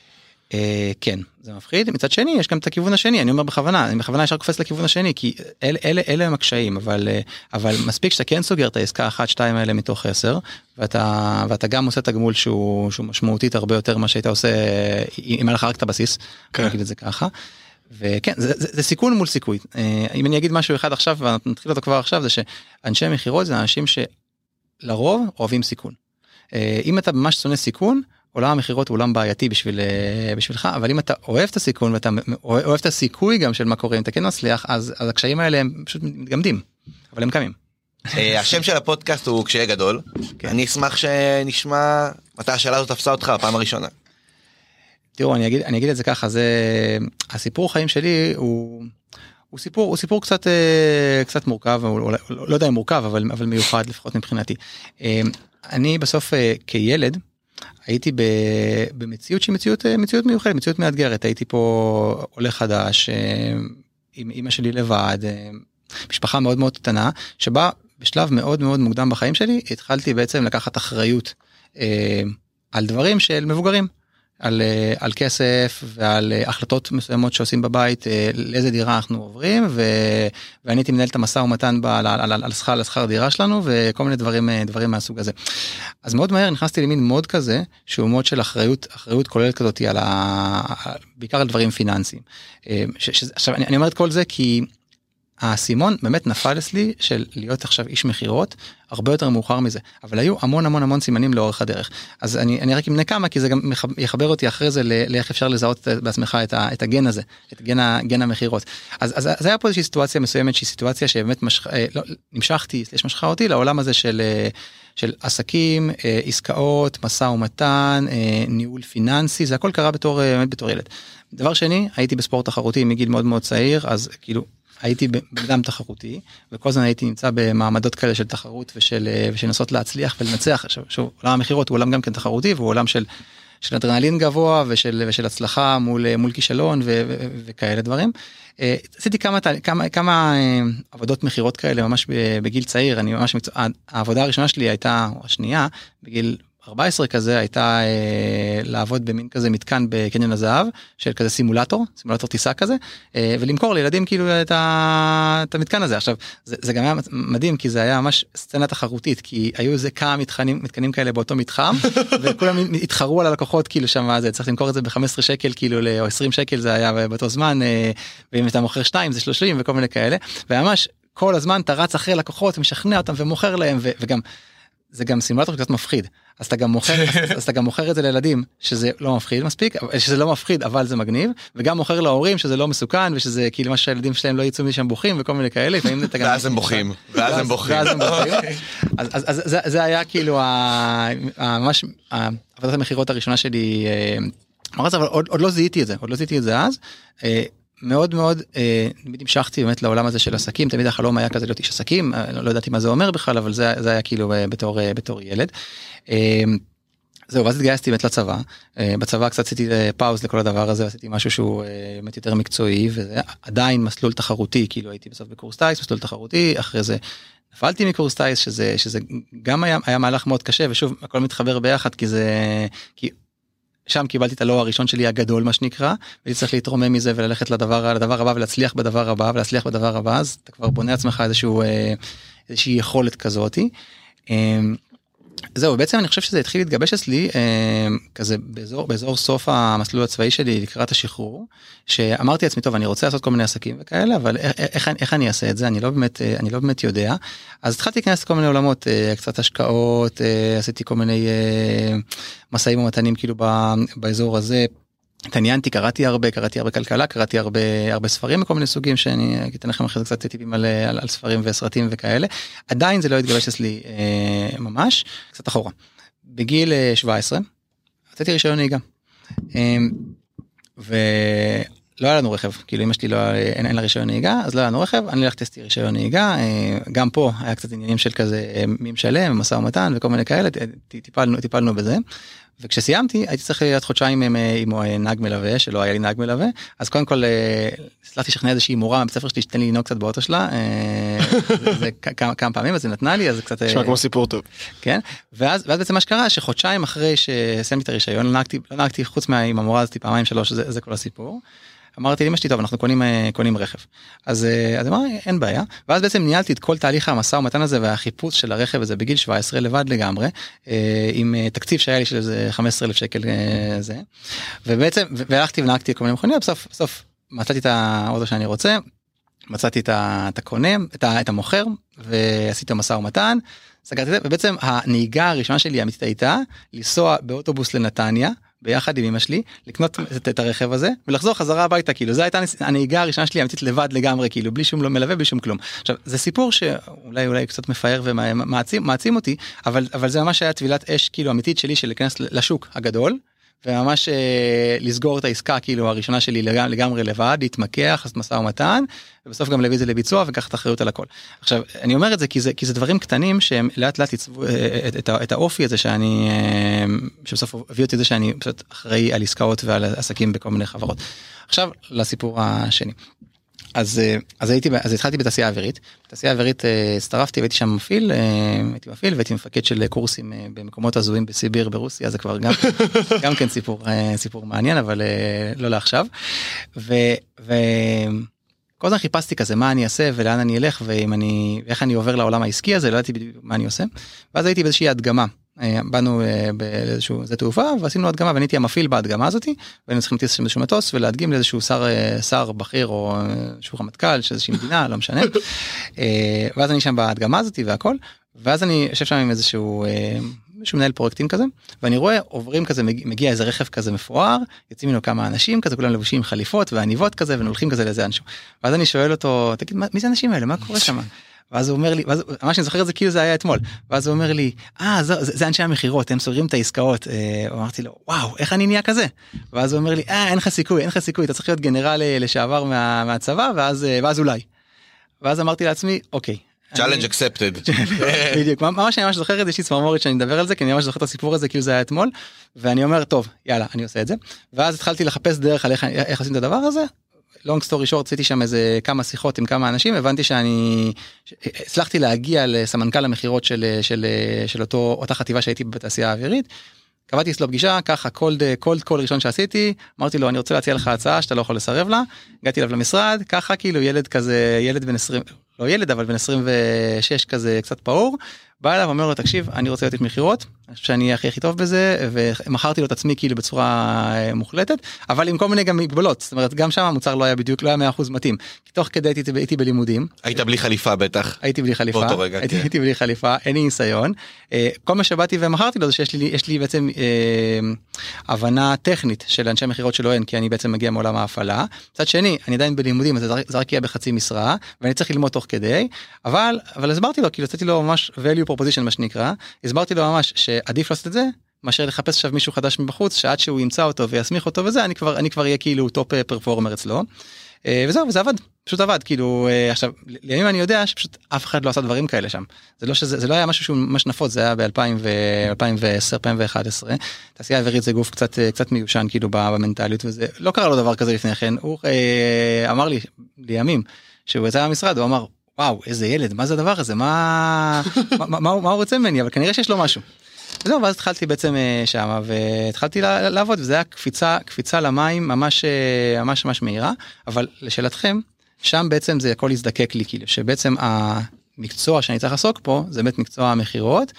כן, זה מפחיד. מצד שני, יש גם את הכיוון השני, אני אומר בכוונה, אני בכוונה ישר קופץ לכיוון השני, כי אלה הם הקשיים, אבל מספיק שאתה כן סוגר את העסקה אחת, שתיים האלה מתוך עשר, ואתה גם עושה תגמול שהוא משמעותית הרבה יותר מה שהיית עושה, אם היה לך רק את הבסיס, אני אגיד את זה ככה, וכן, זה סיכון מול סיכוי. אם אני אגיד משהו אחד עכשיו, ונתחיל אותו כבר עכשיו, זה שאנשי מחירות זה אנשים שלרוב אוהבים סיכון. אם אתה ממש שונא סיכון, עולם המחירות הוא עולם בעייתי בשביל, בשבילך, אבל אם אתה אוהב את הסיכון, ואתה אוהב את הסיכוי גם של מה קורה, אם אתה כן מצליח, אז, אז הקשיים האלה הם פשוט מתגמדים, אבל הם קמים. השם של הפודקאסט הוא קשיי גדול, אני אשמח שנשמע מתי השאלה הזאת תפסה אותך הפעם הראשונה. תראו, אני אגיד, אני אגיד את זה ככה, זה, הסיפור חיים שלי הוא, הוא סיפור, הוא סיפור קצת, קצת מורכב, לא, לא יודע אם מורכב, אבל, אבל מיוחד לפחות מבחינתי. אני בסוף כילד, הייתי במציאות שהיא מציאות, מציאות מיוחדת, מציאות מאתגרת. הייתי פה עולה חדש, עם אמא שלי לבד, משפחה מאוד מאוד קטנה, שבה בשלב מאוד מאוד מוקדם בחיים שלי, התחלתי בעצם לקחת אחריות על דברים של מבוגרים. על, על כסף ועל החלטות מסוימות שעושים בבית, לאיזה דירה אנחנו עוברים, ו, ואני הייתי מנהל את המשא ומתן על, על, על, על שכר, על שכר דירה שלנו, וכל מיני דברים, דברים מהסוג הזה. אז מאוד מהר נכנסתי למין מוד כזה, שהוא מוד של אחריות, אחריות כוללת כזאת על ה, בעיקר על דברים פיננסיים. ש, ש, עכשיו, אני, אני אומר את כל זה כי הסימון באמת נפל אצלי של להיות עכשיו איש מחירות, הרבה יותר מאוחר מזה, אבל היו המון המון המון סימנים לאורך הדרך. אז אני, אני רק אמנה כמה, כי זה גם יחבר אותי אחרי זה לאיך אפשר לזהות בעצמך את, ה, את הגן הזה, את גן, גן המחירות. אז, אז, אז היה פה איזושהי סיטואציה מסוימת, שהיא סיטואציה שבאמת משך, לא, נמשכתי, סליש משכה אותי לעולם הזה של, של עסקים, עסקאות, משא ומתן, ניהול פיננסי, זה הכל קרה בתור, באמת בתור ילד. דבר שני, הייתי בספורט תחרותי מגיל מאוד מאוד צעיר, אז כאילו, הייתי בדם תחרותי, וכל זמן הייתי נמצא במעמדות כאלה של תחרות ושל, ושל לנסות להצליח ולנצח. עכשיו, שוב, עולם המחירות הוא עולם גם כן תחרותי, והוא עולם של, של אדרנלין גבוה ושל, ושל הצלחה מול, מול כישלון ו, ו, וכאלה דברים. עשיתי כמה, כמה, כמה עבודות מחירות כאלה ממש בגיל צעיר. אני ממש, העבודה הראשונה שלי הייתה, או השנייה, בגיל ארבע עשרה כזה, הייתה אה, לעבוד במין כזה מתקן בקניון הזהב, של כזה סימולטור, סימולטור טיסה כזה, אה, ולמכור לילדים כאילו את, ה, את המתקן הזה. עכשיו, זה, זה גם היה מדהים, כי זה היה ממש סצנה תחרותית, כי היו איזה כמה מתקנים, מתקנים כאלה באותו מתחם, וכולם התחרו על הלקוחות, כאילו שם, זה, צריך למכור את זה ב-חמישה עשר שקל, כאילו, או עשרים שקל, זה היה באותו זמן, אה, ואם אתה מוכר שתיים, זה שלושים, וכל מיני כאלה, וממש כל הזמן אתה רץ אחרי לקוחות, ומשכנע אותם ומוכר להם, ו, וגם, זה גם סימולטור קצת מפחיד. אז אתה גם מוכר, אז אתה גם מוכר את זה לילדים, שזה לא מפחיד מספיק, שזה לא מפחיד, אבל זה מגניב, וגם מוכר להורים שזה לא מסוכן, ושזה כאילו מה שהילדים שלהם לא יצאו משם בוכים, וכל מיני כאלה, ואז הם בוכים, ואז הם בוכים. אז זה היה כאילו, ממש, עבודת המחירות הראשונה שלי, אבל עוד לא זיהיתי את זה, עוד לא זיהיתי את זה אז, מאוד מאוד, תמיד המשכתי באמת לעולם הזה של עסקים, תמיד החלום היה כזה להיות איש עסקים, לא ידעתי מה זה אומר בכלל, אבל זה, זה היה כאילו בתור, בתור ילד. זהו, ואז התגייסתי באמת לצבא, בצבא קצת עשיתי פאוז לכל הדבר הזה, עשיתי משהו שהוא באמת יותר מקצועי, ועדיין מסלול תחרותי, כאילו הייתי בסוף בקורס טייס, מסלול תחרותי, אחרי זה נפלתי מקורס טייס, שזה, שזה גם היה, היה מהלך מאוד קשה, ושוב, הכל מתחבר ביחד, כי זה, כי שם קיבלתי את הלא הראשון שלי הגדול, מה שנקרא, והייתי צריך להתרומם מזה וללכת לדבר, לדבר הבא ולהצליח בדבר הבא, ולהצליח בדבר הבא, אז אתה כבר בונה עצמך איזשהו, איזושהי יכולת כזאת. זהו, בעצם אני חושב שזה התחיל להתגבש אצלי, כזה באזור, באזור סוף המסלול הצבאי שלי לקראת השחרור, שאמרתי לעצמי, טוב, אני רוצה לעשות כל מיני עסקים וכאלה, אבל איך, איך אני אעשה את זה? אני לא באמת, אני לא באמת יודע. אז התחלתי להיכנס לכל מיני עולמות, קצת השקעות, עשיתי כל מיני מסעים ומתנים כאילו באזור הזה, התעניינתי, קראתי הרבה, קראתי הרבה כלכלה, קראתי הרבה, הרבה ספרים מכל מיני סוגים, שאני אתן לכם אחרי זה קצת טיפים על, על, על ספרים וסרטים וכאלה. עדיין זה לא התגבש אצלי אה, ממש, קצת אחורה. בגיל אה, שבע עשרה, עשיתי רישיון נהיגה. אה, ולא היה לנו רכב, כאילו אמא שלי לא, אין, אין לה רישיון נהיגה, אז לא היה לנו רכב, אני הלכתי עשיתי רישיון נהיגה, אה, גם פה היה קצת עניינים של כזה מי משלם, משא ומתן וכל מיני כאלה, טיפלנו, טיפלנו בזה. וכשסיימתי, הייתי צריך להיות חודשיים עם, עם נהג מלווה, שלא היה לי נהג מלווה, אז קודם כל, הצלחתי לשכנע איזושהי מורה מבית ספר שלי, שתן לי לנהוג קצת באוטו שלה, זה, זה כמה, כמה פעמים, אז זה נתנה לי, אז זה קצת... נשמע כמו סיפור טוב. כן, ואז, ואז בעצם מה שקרה, שחודשיים אחרי שסיימתי את הרישיון, לא נהגתי, לא נהגתי חוץ מה, עם המורה הזאתי פעמיים שלוש, זה, זה כל הסיפור. אמרתי לי, אמא שלי, טוב, אנחנו קונים, קונים רכב. אז, אז אמרתי, אין בעיה. ואז בעצם ניהלתי את כל תהליך המשא ומתן הזה והחיפוש של הרכב הזה בגיל שבע עשרה לבד לגמרי, עם תקציב שהיה לי של איזה חמישה עשר אלף שקל זה. ובעצם, והלכתי ונהגתי כל מיני מכוניות, בסוף, בסוף מצאתי את האוטו שאני רוצה, מצאתי את הקונה, את המוכר, ועשיתי המשא ומתן, סגרתי את זה, ובעצם הנהיגה הראשונה שלי האמיתית הייתה, לנסוע באוטובוס לנתניה, ביחד עם אמא שלי, לקנות את הרכב הזה, ולחזור חזרה הביתה, כאילו, זו הייתה הנהיגה הראשונה שלי, אמיתית לבד לגמרי, כאילו, בלי שום לא מלווה, בלי שום כלום. עכשיו, זה סיפור שאולי, אולי קצת מפאר ומעצים, מעצים אותי, אבל, אבל זה ממש היה טבילת אש, כאילו, אמיתית שלי, של להיכנס לשוק הגדול, וממש אה, לסגור את העסקה, כאילו, הראשונה שלי לגמרי, לגמרי לבד, להתמקח, לעשות משא ומתן, ובסוף גם להביא את זה לביצוע, וכך תחריות על הכל. עכשיו, אני אומר את זה, כי זה, כי זה דברים קטנים, שהם לאט לאט יצבו את, את, את האופי הזה, שאני, שבסוף הביא אותי את זה, שאני פשוט אחראי על עסקאות ועל עסקים בכל מיני חברות. עכשיו, לסיפור השני. אז, אז הייתי, אז התחלתי בתעשייה האווירית. בתעשייה האווירית הצטרפתי והייתי שם מפעיל, הייתי מפעיל והייתי מפקד של קורסים במקומות הזויים בסיביר ברוסיה, זה כבר גם, גם כן סיפור, סיפור מעניין, אבל לא לעכשיו. ו, ו, כל הזמן חיפשתי כזה, מה אני אעשה ולאן אני אלך, ואם אני, ואיך אני עובר לעולם העסקי הזה, לא ידעתי בדיוק מה אני עושה. ואז הייתי באיזושהי הדגמה. באנו באיזשהו זה תעופה, ועשינו הדגמה, ואני הייתי המפעיל בהדגמה הזאת, והיינו צריכים לטיס שם איזשהו מטוס, ולהדגים לאיזשהו שר, שר בכיר, או איזשהו רמטכ"ל, של איזושהי מדינה, לא משנה. ואז אני שם בהדגמה הזאת והכל, ואז אני יושב שם עם איזשהו, איזשהו מנהל פרויקטים כזה, ואני רואה, עוברים כזה, מגיע איזה רכב כזה מפואר, יוצאים ממנו כמה אנשים, כזה כולם לבושים חליפות ועניבות כזה, ונולכים כזה לאיזה אנשהו. ואז אני שואל אותו, תגיד, מי זה האנשים האלה? מה קורה שם? ואז הוא אומר לי, ואז, ממש אני זוכר את זה כאילו זה היה אתמול, ואז הוא אומר לי, אה, זה, זה, זה אנשי המחירות, הם סוגרים את העסקאות. אמרתי לו, וואו, איך אני נהיה כזה? ואז הוא אומר לי, אה, אין לך סיכוי, אין לך סיכוי, אתה צריך להיות גנרל לשעבר מה, מהצבא, ואז, ואז אולי. ואז אמרתי לעצמי, אוקיי. Challenge accepted. בדיוק, ממש אני ממש זוכר את זה, יש לי צמרמורת שאני מדבר על זה, כי אני ממש זוכר את הסיפור הזה, כאילו זה היה אתמול, ואני אומר, טוב, יאללה, אני עושה את זה. ואז התחלתי לחפש דרך על איך, איך עושים את הדבר הזה. long story short, עשיתי שם איזה כמה שיחות עם כמה אנשים, הבנתי שאני, הצלחתי להגיע לסמנכ"ל המחירות של, של, של אותו, אותה חטיבה שהייתי בתעשייה האווירית, קבעתי אצלו פגישה, ככה קולד, קולד קול ראשון שעשיתי, אמרתי לו, אני רוצה להציע לך הצעה שאתה לא יכול לסרב לה, הגעתי אליו למשרד, ככה כאילו ילד כזה, ילד בן עשרים, לא ילד, אבל בן עשרים ושש כזה קצת פעור, בא אליו ואומר לו, תקשיב, אני רוצה להיות את מחירות, אני חושב שאני הכי הכי טוב בזה, ומכרתי לו את עצמי כאילו בצורה מוחלטת, אבל עם כל מיני גם מגבלות, זאת אומרת, גם שם המוצר לא היה בדיוק, לא היה מאה אחוז מתאים, כי תוך כדי הייתי, הייתי בלימודים. היית בלי חליפה בטח. הייתי בלי חליפה, באותו רגע, הייתי, כן. הייתי בלי חליפה, אין לי ניסיון. כל מה שבאתי ומכרתי לו זה שיש לי, יש לי בעצם אה, הבנה טכנית של אנשי מחירות שלא אין, כי אני בעצם מגיע מעולם ההפעלה. מצד שני, אני עדיין בלימודים, אז זה רק יהיה בחצי משרה, ואני צריך ללמוד תוך כדי, אבל, אבל הסברתי לו, כאילו, הצעתי לו ממש value proposition, מה שנקרא, הסברתי לו ממש שעדיף לעשות את זה, מאשר לחפש עכשיו מישהו חדש מבחוץ, שעד שהוא ימצא אותו ויסמיך אותו וזה, אני כבר, אני כבר אהיה כאילו טופ פרפורמר אצלו. וזהו, וזה עבד, פשוט עבד, כאילו, עכשיו, לימים אני יודע שפשוט אף אחד לא עשה דברים כאלה שם. זה לא שזה, זה לא היה משהו שהוא ממש נפוץ, זה היה ב-אלפיים ועשר, אלפיים ואחת עשרה. תעשייה האווירית זה גוף קצת, קצת מיושן, כאילו, במנטליות, וזה, לא קרה לו דבר כזה לפני כן. הוא אמר לי, לימים, שהוא יצא מהמשרד, הוא אמר, וואו, איזה ילד, מה זה הדבר הזה? מה, מה, מה, מה הוא רוצה ממני? אבל כנראה שיש לו משהו. וזהו, ואז התחלתי בעצם שם, והתחלתי לעבוד, וזה היה קפיצה, קפיצה למים, ממש, ממש, ממש מהירה, אבל לשאלתכם, שם בעצם זה הכל הזדקק לי, כאילו, שבעצם המקצוע שאני צריך לעסוק פה, זה באמת מקצוע המחירות,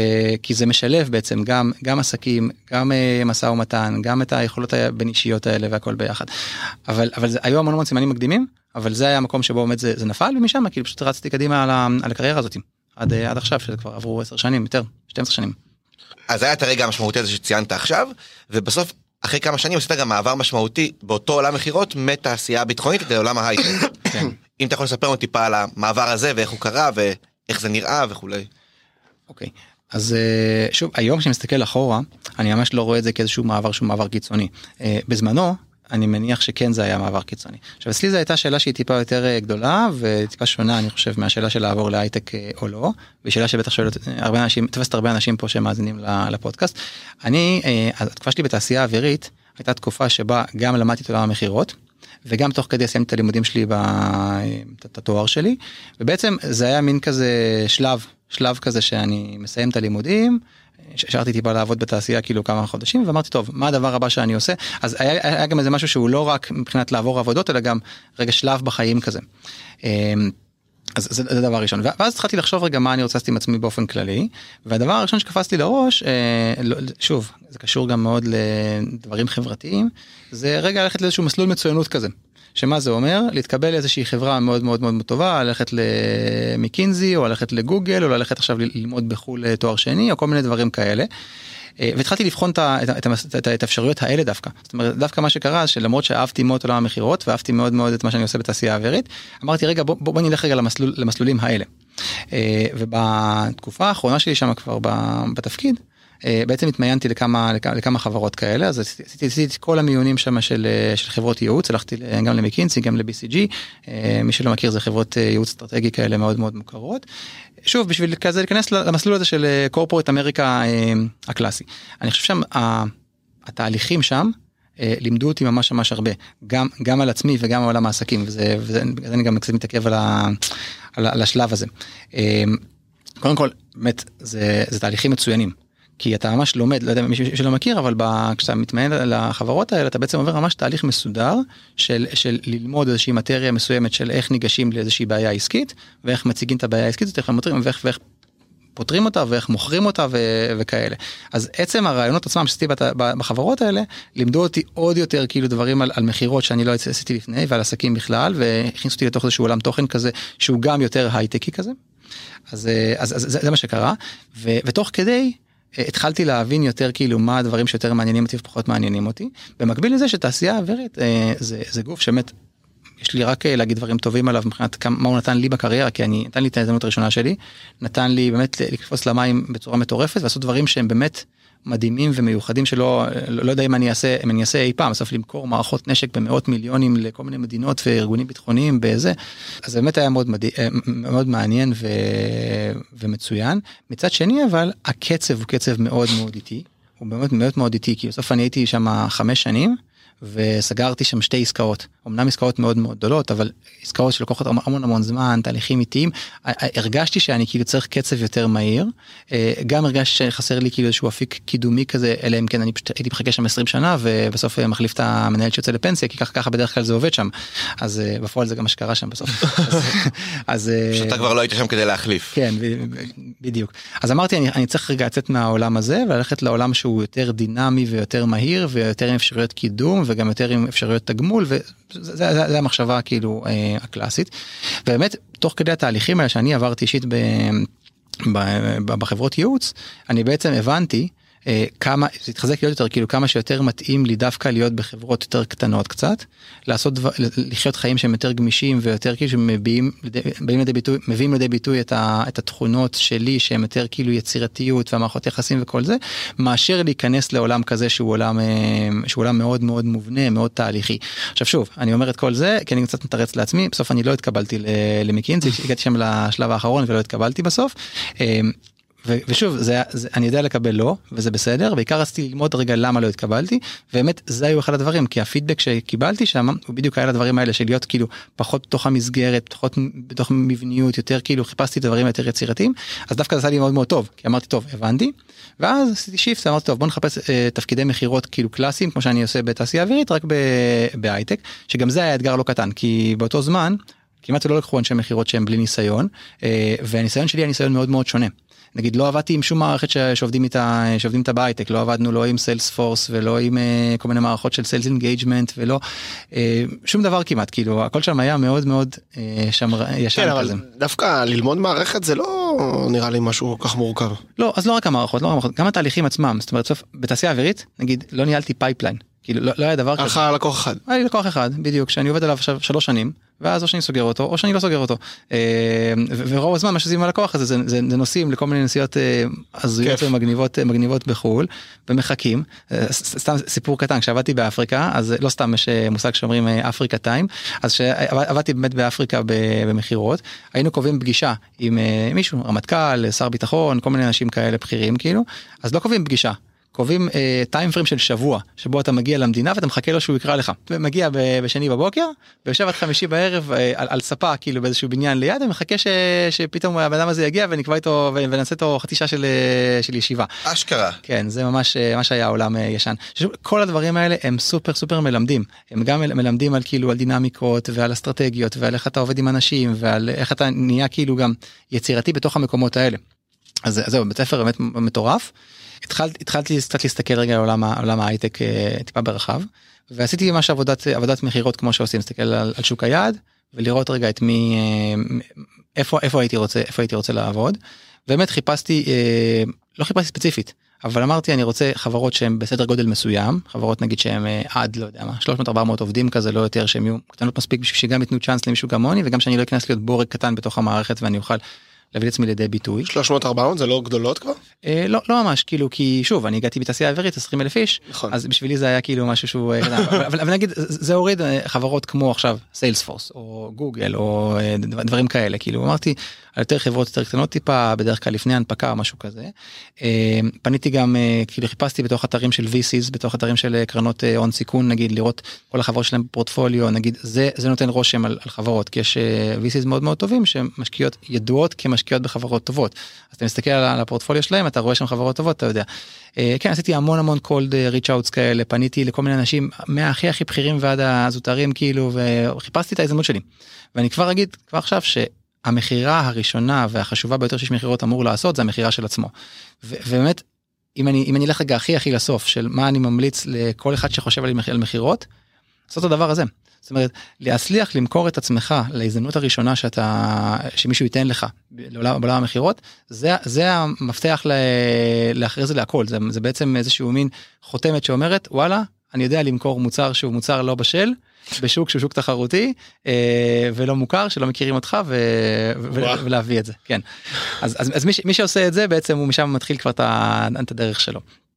כי זה משלב בעצם גם, גם עסקים, גם משא ומתן, גם את היכולות הבין אישיות האלה והכל ביחד. אבל, אבל זה, היו המון המון סימנים מקדימים, אבל זה היה המקום שבו באמת זה, זה נפל, ומשם, כאילו, פשוט רצתי קדימה על, על הקריירה הזאת, עד, עד עכשיו, שזה כבר עברו עשר שנים, יותר, שתים עשרה שנים. אז היה את הרגע המשמעותי הזה שציינת עכשיו, ובסוף, אחרי כמה שנים, עשית גם מעבר משמעותי באותו עולם מחירות, מתעשייה ביטחונית לעולם ההייטק. אם אתה יכול לספר לנו טיפה על המעבר הזה, ואיך הוא קרה, ואיך זה נראה וכולי. אוקיי, אז שוב, היום כשאני מסתכל אחורה, אני ממש לא רואה את זה כאיזשהו מעבר, שהוא מעבר קיצוני. בזמנו, אני מניח שכן זה היה מעבר קיצוני. עכשיו, אצלי זו הייתה שאלה שהיא טיפה יותר גדולה, וטיפה שונה, אני חושב, מהשאלה של לעבור להייטק או לא, ושאלה שבטח שואלת הרבה אנשים, תפסת הרבה אנשים פה שמאזינים לפודקאסט. אני, התקופה שלי בתעשייה האווירית, הייתה תקופה שבה גם למדתי את עולם המחירות, וגם תוך כדי סיימתי את הלימודים שלי, את התואר שלי, ובעצם זה היה מין כזה שלב, שלב כזה שאני מסיים את הלימודים, השארתי טיפה לעבוד בתעשייה כאילו כמה חודשים, ואמרתי, טוב, מה הדבר הבא שאני עושה? אז היה, היה גם איזה משהו שהוא לא רק מבחינת לעבור עבודות, אלא גם רגע שלב בחיים כזה. אז זה, זה דבר ראשון. ואז התחלתי לחשוב רגע מה אני רוצה לעשות עם עצמי באופן כללי, והדבר הראשון שקפץ לי לראש, שוב, זה קשור גם מאוד לדברים חברתיים, זה רגע ללכת לאיזשהו מסלול מצוינות כזה. שמה זה אומר? להתקבל לאיזושהי חברה מאוד מאוד מאוד טובה, ללכת למקינזי, או ללכת לגוגל, או ללכת עכשיו ללמוד בחול תואר שני, או כל מיני דברים כאלה. והתחלתי לבחון את האפשרויות האלה דווקא. זאת אומרת, דווקא מה שקרה, שלמרות שאהבתי מאוד עולם המחירות, ואהבתי מאוד מאוד את מה שאני עושה בתעשייה האווירית, אמרתי, רגע, בוא, בוא נלך רגע למסלול, למסלולים האלה. ובתקופה האחרונה שלי שם כבר בתפקיד, בעצם התמיינתי לכמה, לכמה חברות כאלה, אז עשיתי, עשיתי את כל המיונים שם של, של חברות ייעוץ, הלכתי גם למקינזי, גם ל-בי סי ג'י, מי שלא מכיר זה חברות ייעוץ אסטרטגי כאלה מאוד מאוד מוכרות. שוב, בשביל כזה להיכנס למסלול הזה של קורפורט אמריקה הקלאסי. אני חושב שם, התהליכים שם, לימדו אותי ממש ממש הרבה, גם, גם על עצמי וגם על עולם העסקים, וזה, וזה, וזה אני גם קצת מתעכב על, ה, על, על השלב הזה. קודם כל, באמת, זה, זה תהליכים מצוינים, כי אתה ממש לומד, לא יודע מי שלא מכיר, אבל ב, כשאתה מתמיין לחברות האלה, אתה בעצם עובר ממש תהליך מסודר, של, של ללמוד איזושהי מטריה מסוימת, של איך ניגשים לאיזושהי בעיה עסקית, ואיך מציגים את הבעיה העסקית, איך מותרים, ואיך, ואיך פותרים אותה, ואיך מוכרים אותה, ו- וכאלה. אז עצם הרעיונות עצמם שעשיתי בחברות האלה, לימדו אותי עוד יותר כאילו דברים על, על מחירות שאני לא עשיתי לפני, ועל עסקים בכלל, והכניסו אותי לתוך איזשהו עולם תוכן כזה, שהוא גם יותר הייטקי כזה. אז, אז, אז זה, זה מה שקרה, ו- ותוך כדי, התחלתי להבין יותר כאילו מה הדברים שיותר מעניינים אותי ופחות מעניינים אותי. במקביל לזה שתעשייה האווירית, זה, זה גוף שבאמת, יש לי רק להגיד דברים טובים עליו, מבחינת מה הוא נתן לי בקריירה, כי אני, נתן לי את ההזדמנות הראשונה שלי, נתן לי באמת לקפוץ למים בצורה מטורפת, ועשות דברים שהם באמת מדהימים ומיוחדים שלא, לא, לא יודע אם אני אעשה, אם אני אעשה אי פעם, בסוף למכור מערכות נשק במאות מיליונים לכל מיני מדינות וארגונים ביטחוניים בזה, אז באמת היה מאוד, מדהים, מאוד מעניין ו, ומצוין. מצד שני אבל, הקצב הוא קצב מאוד מאוד איטי, הוא באמת מאוד מאוד איטי, כי בסוף אני הייתי שם חמש שנים, וסגרתי שם שתי עסקאות, אמנם עסקאות מאוד מאוד גדולות, אבל עסקאות שלוקחות המון המון זמן, תהליכים איטיים, הרגשתי שאני כאילו צריך קצב יותר מהיר, גם הרגשתי שחסר לי כאילו איזשהו אפיק קידומי כזה, אלא אם כן אני פשוט הייתי מחכה שם עשרים שנה, ובסוף מחליף את המנהל שיוצא לפנסיה, כי ככה ככה בדרך כלל זה עובד שם, אז בפועל זה גם מה שקרה שם בסוף. אז שאתה כבר לא היית שם כדי להחליף. כן, בדיוק. אז אמרתי, אני, אני צריך רגע לצאת מהעולם הזה, וללכת לעולם שהוא יותר דינמי ויותר מהיר, ויותר עם אפשרויות קידום, וגם יותר עם אפשרויות תגמול, וזה זה, זה, זה המחשבה כאילו אה, הקלאסית. ובאמת, תוך כדי התהליכים האלה שאני עברתי אישית ב, ב, ב, בחברות ייעוץ, אני בעצם הבנתי אה, כמה, זה התחזק להיות יותר, כאילו כמה שיותר מתאים לי דווקא להיות בחברות יותר קטנות קצת, לעשות, דבר, לחיות חיים שהם יותר גמישים ויותר כאילו שמביאים לידי ביטוי, מביאים לידי ביטוי את, ה, את התכונות שלי שהם יותר כאילו יצירתיות והמערכות יחסים וכל זה, מאשר להיכנס לעולם כזה שהוא עולם, שהוא עולם מאוד מאוד מובנה, מאוד תהליכי. עכשיו שוב, אני אומר את כל זה, כי אני קצת מתרץ לעצמי, בסוף אני לא התקבלתי למקינזי, הגעתי שם לשלב האחרון ולא התקבלתי בסוף, ו- ושוב, זה, זה, אני יודע לקבל לא, וזה בסדר, בעיקר רציתי ללמוד רגע למה לא התקבלתי, ובאמת זה היו אחד הדברים, כי הפידבק שקיבלתי שם, הוא בדיוק היה לדברים האלה, של להיות כאילו פחות בתוך המסגרת, פחות בתוך מבניות, יותר כאילו חיפשתי את הדברים יותר יצירתיים, אז דווקא זה עשה לי מאוד מאוד טוב, כי אמרתי טוב, הבנתי, ואז עשיתי שיפט, אמרתי טוב, בוא נחפש אה, תפקידי מחירות כאילו קלאסיים, כמו שאני עושה בתעשייה אווירית, רק בהייטק, שגם זה היה אתגר לא קטן, כי באותו זמן, כמעט לא לקחו אנשי מחירות שהם בלי ניסיון, אה, והניסיון שלי היה ניסיון מאוד מאוד שונה. נגיד, לא עבדתי עם שום מערכת שעובדים איתה, שעובדים איתה בהייטק, לא עבדנו לא עם סיילספורס ולא עם uh, כל מיני מערכות של סיילס אינגייג'מנט ולא, uh, שום דבר כמעט, כאילו, הכל שם היה מאוד מאוד uh, שמר, ישן כן, כזה. אבל דווקא ללמוד מערכת זה לא נראה לי משהו כל כך מורכב. לא, אז לא רק המערכות, לא רק המערכות, גם התהליכים עצמם, זאת אומרת, סוף, בתעשייה אווירית, נגיד, לא ניהלתי פייפליין, כאילו, לא, לא היה דבר כזה. לך לקוח אחד. היה לי לקוח אחד, בדיוק, שאני עובד עליו עכשיו שלוש שנים, ואז או שאני סוגר אותו, או שאני לא סוגר אותו. ורוב הזמן, מה שעושים על לקוח הזה, זה, זה, זה נוסעים לכל מיני נסיעות הזויות ומגניבות מגניבות בחול, ומחכים. סתם סיפור קטן, כשעבדתי באפריקה, אז לא סתם יש מושג שאומרים אפריקה טיים, אז כשעבדתי באמת באפריקה במחירות, היינו קובעים פגישה עם מישהו, רמטכ"ל, שר ביטחון, כל מיני אנשים כאלה בכירים, כאילו, אז לא קובעים פגישה. קובעים טיים פריים של שבוע, שבו אתה מגיע למדינה ואתה מחכה לו שהוא יקרא לך. ומגיע בשני בבוקר, ויושב עד חמישי בערב על, על ספה, כאילו באיזשהו בניין ליד, ומחכה ש, שפתאום הבן אדם הזה יגיע ונקבע איתו ונעשה איתו חצי שעה של, של ישיבה. אשכרה. כן, זה ממש מה שהיה העולם ישן. כל הדברים האלה הם סופר סופר מלמדים. הם גם מלמדים על כאילו על דינמיקות ועל אסטרטגיות ועל איך אתה עובד עם אנשים ועל איך אתה נהיה כאילו גם יצירתי בתוך המקומות האלה. אז זהו, בית ספר באמת מטורף. התחלתי, התחלתי קצת להסתכל רגע על עולם, עולם ההייטק טיפה ברחב, ועשיתי ממש עבודת, עבודת מחירות כמו שעושים, להסתכל על, על שוק היעד, ולראות רגע את מי, איפה, איפה הייתי רוצה, איפה הייתי רוצה לעבוד. באמת חיפשתי, לא חיפשתי ספציפית, אבל אמרתי אני רוצה חברות שהן בסדר גודל מסוים, חברות נגיד שהן עד, לא יודע מה, שלוש מאות ארבע מאות עובדים כזה, לא יותר, שהן יהיו קטנות מספיק בשביל שגם ייתנו צ'אנס למישהו כמוני, וגם שאני לא אכנס להיות בורג קטן בתוך המערכת, ואני אוכל להביא את עצמי לידי ביטוי. שלוש מאות ארבע מאות זה לא גדולות כבר? אה, לא, לא ממש, כאילו, כי שוב, אני הגעתי בתעשייה האווירית, עשרים אלף איש, נכון. אז בשבילי זה היה כאילו משהו שהוא, אבל, אבל נגיד, זה הוריד חברות כמו עכשיו סיילספורס, או גוגל, או דברים כאלה, כאילו, אמרתי, על יותר חברות יותר קטנות טיפה, בדרך כלל לפני הנפקה או משהו כזה. פניתי גם, כאילו, חיפשתי בתוך אתרים של וי סי'ס, בתוך אתרים של קרנות הון סיכון, נגיד, לראות כל החברות שלהם בפורטפוליו, נגיד, זה, זה נותן רושם על, על חברות, כי יש וי סי'ס מאוד מאוד טובים, שמשקיעות ידועות כמשקיעות בחברות טובות. אז אתה מסתכל על הפורטפוליו שלהם, אתה רואה שם חברות טובות, אתה יודע. כן, עשיתי המון המון cold reach outs כאלה, פניתי לכל מיני אנשים, מהכי הכי בכירים ועד הזוטרים, כאילו, וחיפשתי את ההזדמנות שלי. ואני כבר אגיד, כבר עכשיו, שהמחירה הראשונה והחשובה ביותר שיש מחירות אמור לעשות, זה המחירה של עצמו. ובאמת, אם אני, אם אני אלך רגע הכי הכי לסוף, של מה אני ממליץ לכל אחד שחושב על מחירות, לעשות את הדבר הזה. זאת אומרת, להצליח למכור את עצמך להזדמנות הראשונה שאתה, שמישהו ייתן לך בעולם, בעולם המחירות, זה, זה המפתח לאחרי זה להכל. זה, זה בעצם איזשהו מין חותמת שאומרת, וואלה, אני יודע למכור מוצר שהוא מוצר לא בשל, בשוק שהוא שוק תחרותי, ולא מוכר, שלא מכירים אותך, ו, ו, ולהביא את זה. כן. אז, אז, אז מי, מי שעושה את זה, בעצם הוא משם מתחיל כבר את הדרך שלו.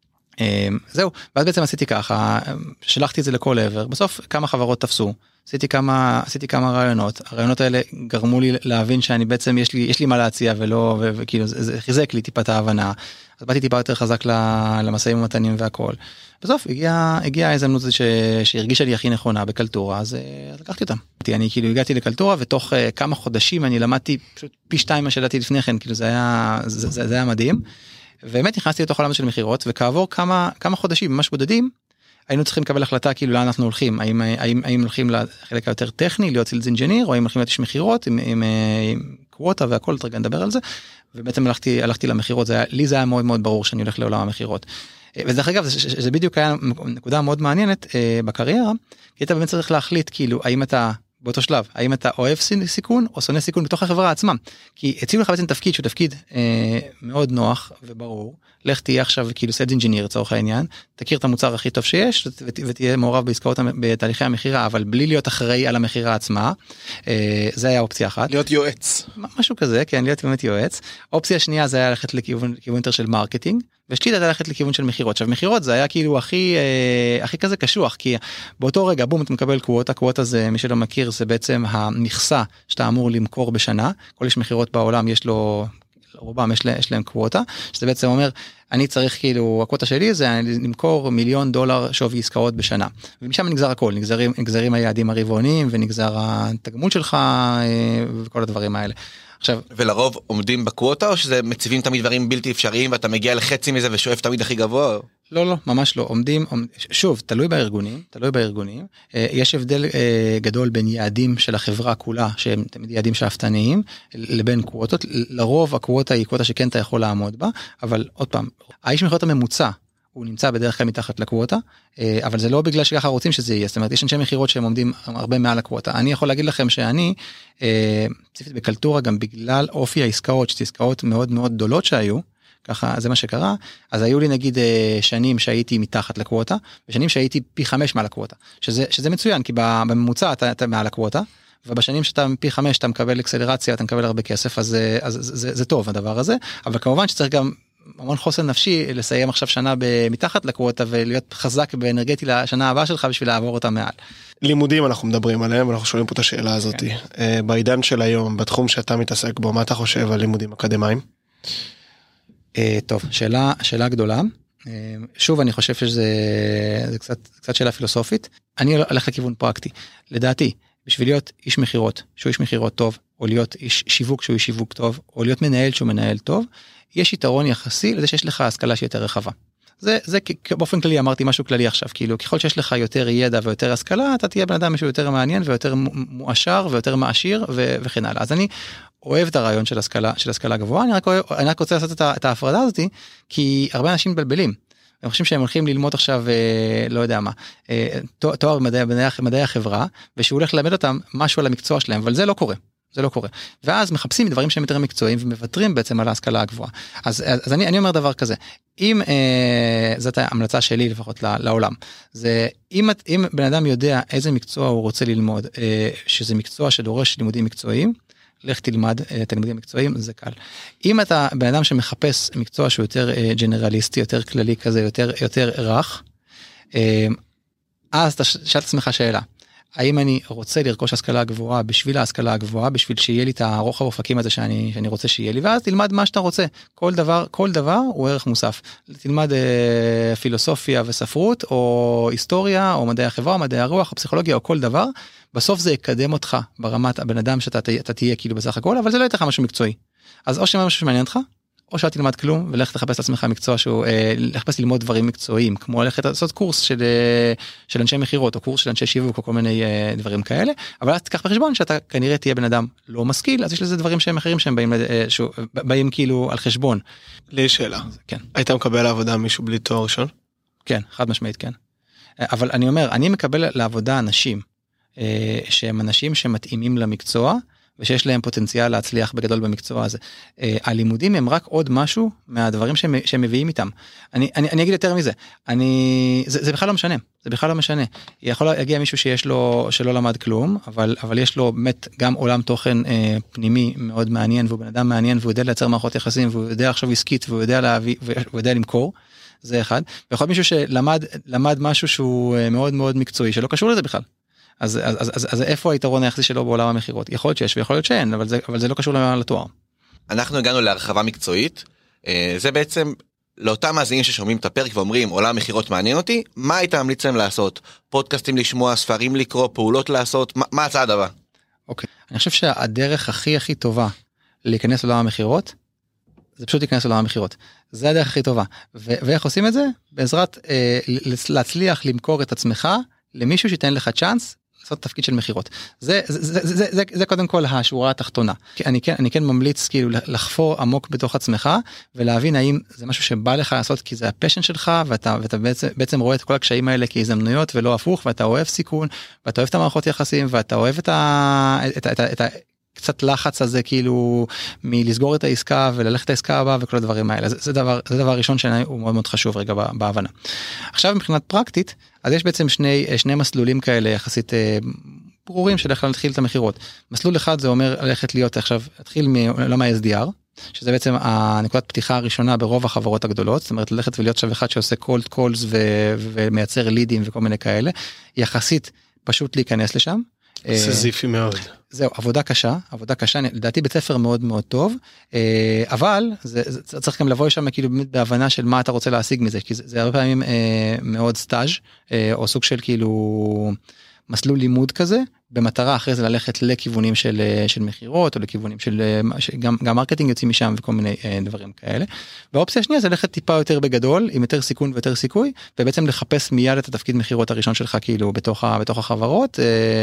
זהו, ואז בעצם עשיתי ככה, שלחתי את זה לכל עבר, בסוף כמה חברות תפסו, עשיתי כמה, עשיתי כמה רעיונות, הרעיונות האלה גרמו לי להבין שאני בעצם, יש לי, יש לי מה להציע ולא, וכאילו, זה חיזק לי טיפה את ההבנה, אז באתי טיפה יותר חזק למסעים ומתנים והכל. בסוף הגיעה, הגיעה ההזדמנות שהרגישה לי הכי נכונה בקלטורה, אז לקחתי אותם. אני כאילו הגעתי לקלטורה, ותוך כמה חודשים אני למדתי פשוט פי שתיים מה שידעתי לפני כן, כאילו זה היה, זה, זה, זה היה מדהים. ובאמת נכנסתי לתוך עולם של מחירות, וכעבור כמה, כמה חודשים, ממש בודדים, היינו צריכים לקבל החלטה כאילו לאן אנחנו הולכים, האם, האם, האם הולכים לחלק היותר טכני, להיות סילס אינג'יניר, או האם הולכים להיות איש מחירות, עם, עם, עם קווטה והכל, רגע נדבר על זה, ובעצם הלכתי, הלכתי למחירות, זה היה, לי זה היה מאוד מאוד ברור שאני הולך לעולם המחירות. ודרך אגב, זה, זה בדיוק היה נקודה מאוד מעניינת בקריירה, כי אתה באמת צריך להחליט כאילו, האם אתה באותו שלב, האם אתה אוהב סיכון או שונא סיכון בתוך החברה עצמה, כי הציעו לך בעצם תפקיד שהוא תפקיד אה, מאוד נוח וברור, לך תהיה עכשיו כאילו סלס אינג'יניר לצורך העניין, תכיר את המוצר הכי טוב שיש, ות, ותהיה מעורב בעסקאות, בתהליכי המחירה, אבל בלי להיות אחראי על המחירה עצמה, אה, זה היה אופציה אחת. להיות יועץ. משהו כזה, כן, להיות באמת יועץ. אופציה שנייה זה היה ללכת לכיוון, לכיוון יותר של מרקטינג, ושלישית הייתה ללכת לכיוון של מחירות. עכשיו מחירות זה היה כאילו הכי, אה, הכי כזה קשוח, כי באותו רגע בום אתה מקבל קווטה, קווטה זה מי שלא מכיר זה בעצם המכסה שאתה אמור למכור בשנה, כל יש מחירות בעולם יש לו, רובם יש, לה, יש להם קווטה, שזה בעצם אומר אני צריך כאילו, הקווטה שלי זה למכור מיליון דולר שווי עסקאות בשנה, ומשם נגזר הכל, נגזרים, נגזרים היעדים הרבעוניים ונגזר התגמול שלך אה, וכל הדברים האלה. עכשיו, ולרוב עומדים בקווטה או שזה מציבים תמיד דברים בלתי אפשריים ואתה מגיע לחצי מזה ושואף תמיד הכי גבוה? לא, לא, ממש לא. עומדים, שוב, תלוי בארגונים, תלוי בארגונים. יש הבדל גדול בין יעדים של החברה כולה, שהם תמיד יעדים שאפתניים, לבין קווטות. לרוב הקווטה היא קווטה שכן אתה יכול לעמוד בה, אבל עוד פעם, האיש מחירות הממוצע, הוא נמצא בדרך כלל מתחת לקווטה, אבל זה לא בגלל שככה רוצים שזה יהיה, זאת אומרת, יש אנשי מחירות שהם עומדים הרבה מעל הקווטה. אני יכול להגיד לכם שאני, ספציפית בקלטורה, גם בגלל אופי העסקאות, שזה עסקאות מאוד מאוד גדולות שהיו, ככה זה מה שקרה, אז היו לי נגיד שנים שהייתי מתחת לקווטה, ושנים שהייתי פי חמש מעל הקווטה, שזה, שזה מצוין, כי בממוצע אתה, אתה מעל הקווטה, ובשנים שאתה פי חמש אתה מקבל אקסלרציה, אתה מקבל הרבה כסף, אז, אז זה, זה, זה טוב הדבר הזה, אבל כמובן שצריך גם המון חוסן נפשי לסיים עכשיו שנה מתחת לקווטה ולהיות חזק ואנרגטי לשנה הבאה שלך בשביל לעבור אותה מעל. לימודים אנחנו מדברים עליהם, אנחנו שואלים פה את השאלה הזאת. כן. בעידן של היום, בתחום שאתה מתעסק בו, מה אתה חושב על לימודים אקדמיים? טוב, שאלה, שאלה גדולה. שוב, אני חושב שזה זה קצת, קצת שאלה פילוסופית. אני הולך לכיוון פרקטי. לדעתי, בשביל להיות איש מחירות, שהוא איש מחירות טוב, או להיות איש שיווק שהוא איש שיווק טוב, או להיות מנהל שהוא מנהל טוב, יש יתרון יחסי לזה שיש לך השכלה שהיא יותר רחבה. זה, זה באופן כללי, אמרתי משהו כללי עכשיו, כאילו, ככל שיש לך יותר ידע ויותר השכלה, אתה תהיה בן אדם שהוא יותר מעניין ויותר מואשר ויותר מעשיר ו- וכן הלאה. אז אני אוהב את הרעיון של השכלה, של השכלה גבוהה, אני רק, אוהב, אני רק רוצה לעשות את, את ההפרדה הזאת, כי הרבה אנשים מתבלבלים. הם חושבים שהם הולכים ללמוד עכשיו, אה, לא יודע מה, אה, תואר במדעי, מדעי, מדעי החברה, ושהוא הולך ללמד אותם משהו על המקצוע שלהם, אבל זה לא קורה. זה לא קורה. ואז מחפשים דברים שהם יותר מקצועיים ומוותרים בעצם על ההשכלה הגבוהה. אז, אז אני, אני אומר דבר כזה, אם, אה, זאת ההמלצה שלי לפחות לעולם, זה אם, אם בן אדם יודע איזה מקצוע הוא רוצה ללמוד, אה, שזה מקצוע שדורש לימודים מקצועיים, לך תלמד את הלימודים המקצועיים, זה קל. אם אתה בן אדם שמחפש מקצוע שהוא יותר ג'נרליסטי, יותר כללי כזה, יותר, יותר רך, אז אתה שאל את עצמך שאלה, האם אני רוצה לרכוש השכלה גבוהה בשביל ההשכלה הגבוהה, בשביל שיהיה לי את הרוחב אופקים הזה שאני, שאני רוצה שיהיה לי, ואז תלמד מה שאתה רוצה. כל דבר, כל דבר הוא ערך מוסף. תלמד אה, פילוסופיה וספרות, או היסטוריה, או מדעי החברה, או מדעי הרוח, או פסיכולוגיה, או כל דבר. בסוף זה יקדם אותך ברמת הבן אדם שאתה אתה תהיה כאילו בסך הכל, אבל זה לא יתך משהו מקצועי. אז או שמה משהו שמעניין אותך, או שאתה תלמד כלום, ולך תחפש לעצמך מקצוע שהוא, אה, לחפש ללמוד דברים מקצועיים, כמו ללכת לעשות קורס של, אה, של אנשי מחירות, או קורס של אנשי שיווק, או כל מיני אה, דברים כאלה, אבל אז תיקח בחשבון שאתה כנראה תהיה בן אדם לא משכיל, אז יש לזה דברים שהם אחרים שהם באים, אה, שהוא, באים כאילו על חשבון. לי שאלה. כן. היית מקבל לעבודה מישהו בלי תואר ראשון? כן, חד משמעית, כן. אבל אני אומר, אני מקבל לעבודה אנשים, אה, שהם אנשים שמתאימים למקצוע, ושיש להם פוטנציאל להצליח בגדול במקצוע הזה. הלימודים הם רק עוד משהו מהדברים שהם, שהם מביאים איתם. אני, אני, אני אגיד יותר מזה, אני, זה, זה בכלל לא משנה, זה בכלל לא משנה. יכול להגיע מישהו שיש לו, שלא למד כלום, אבל, אבל יש לו באמת גם עולם תוכן אה, פנימי מאוד מעניין, והוא בן אדם מעניין, והוא יודע לייצר מערכות יחסים, והוא יודע לחשוב עסקית, והוא יודע להביא, והוא יודע למכור. זה אחד. ויכול מישהו שלמד, למד משהו שהוא מאוד מאוד מקצועי, שלא קשור לזה בכלל. אז, אז, אז, אז, אז איפה היתרון היחסי שלו בעולם המחירות? יכול להיות שיש ויכול להיות שאין, אבל זה, אבל זה לא קשור לתואר. אנחנו הגענו להרחבה מקצועית, זה בעצם לאותם מאזינים ששומעים את הפרק ואומרים, עולם מחירות מעניין אותי, מה היית ממליץ להם לעשות? פודקאסטים לשמוע, ספרים לקרוא, פעולות לעשות, מה, מה הצעד הבא? אוקיי, אני חושב שהדרך הכי הכי טובה להיכנס לעולם המחירות, זה פשוט להיכנס לעולם המחירות. זה הדרך הכי טובה. ו- ואיך עושים את זה? בעזרת אה, להצליח למכור את עצמך למישהו שייתן לך צ'אנס לעשות תפקיד של מחירות. זה, זה, זה, זה, זה, זה קודם כל השורה התחתונה. אני כן, אני כן ממליץ כאילו לחפור עמוק בתוך עצמך, ולהבין האם זה משהו שבא לך לעשות כי זה הפשן שלך, ואתה, ואתה בעצם, בעצם רואה את כל הקשיים האלה כהזדמנויות ולא הפוך, ואתה אוהב סיכון, ואתה אוהב את המערכות יחסים, ואתה אוהב את ה... את, את, את, את, קצת לחץ הזה כאילו מלסגור את העסקה וללכת העסקה הבאה וכל הדברים האלה. זה, זה דבר, זה דבר ראשון שהוא מאוד מאוד חשוב רגע בהבנה. עכשיו מבחינת פרקטית, אז יש בעצם שני, שני מסלולים כאלה יחסית אה, ברורים של איך להתחיל את המחירות. מסלול אחד זה אומר ללכת להיות עכשיו, להתחיל מעולם ה-אס די אר, שזה בעצם הנקודת פתיחה הראשונה ברוב החברות הגדולות, זאת אומרת ללכת ולהיות שב אחד שעושה cold calls ו- ומייצר לידים וכל מיני כאלה, יחסית פשוט להיכנס לשם. סזיפי מאוד. זהו, עבודה קשה, עבודה קשה, לדעתי בית ספר מאוד מאוד טוב, אבל זה, זה צריך גם לבוא שם כאילו באמת בהבנה של מה אתה רוצה להשיג מזה, כי זה, זה הרבה פעמים מאוד סטאז' או סוג של כאילו מסלול לימוד כזה, במטרה אחרי זה ללכת לכיוונים של, של מחירות, או לכיוונים של, גם, גם מרקטינג יוצאים משם וכל מיני דברים כאלה. והאופציה השנייה זה ללכת טיפה יותר בגדול, עם יותר סיכון ויותר סיכוי, ובעצם לחפש מיד את התפקיד מחירות הראשון שלך כאילו בתוך, בתוך החברות,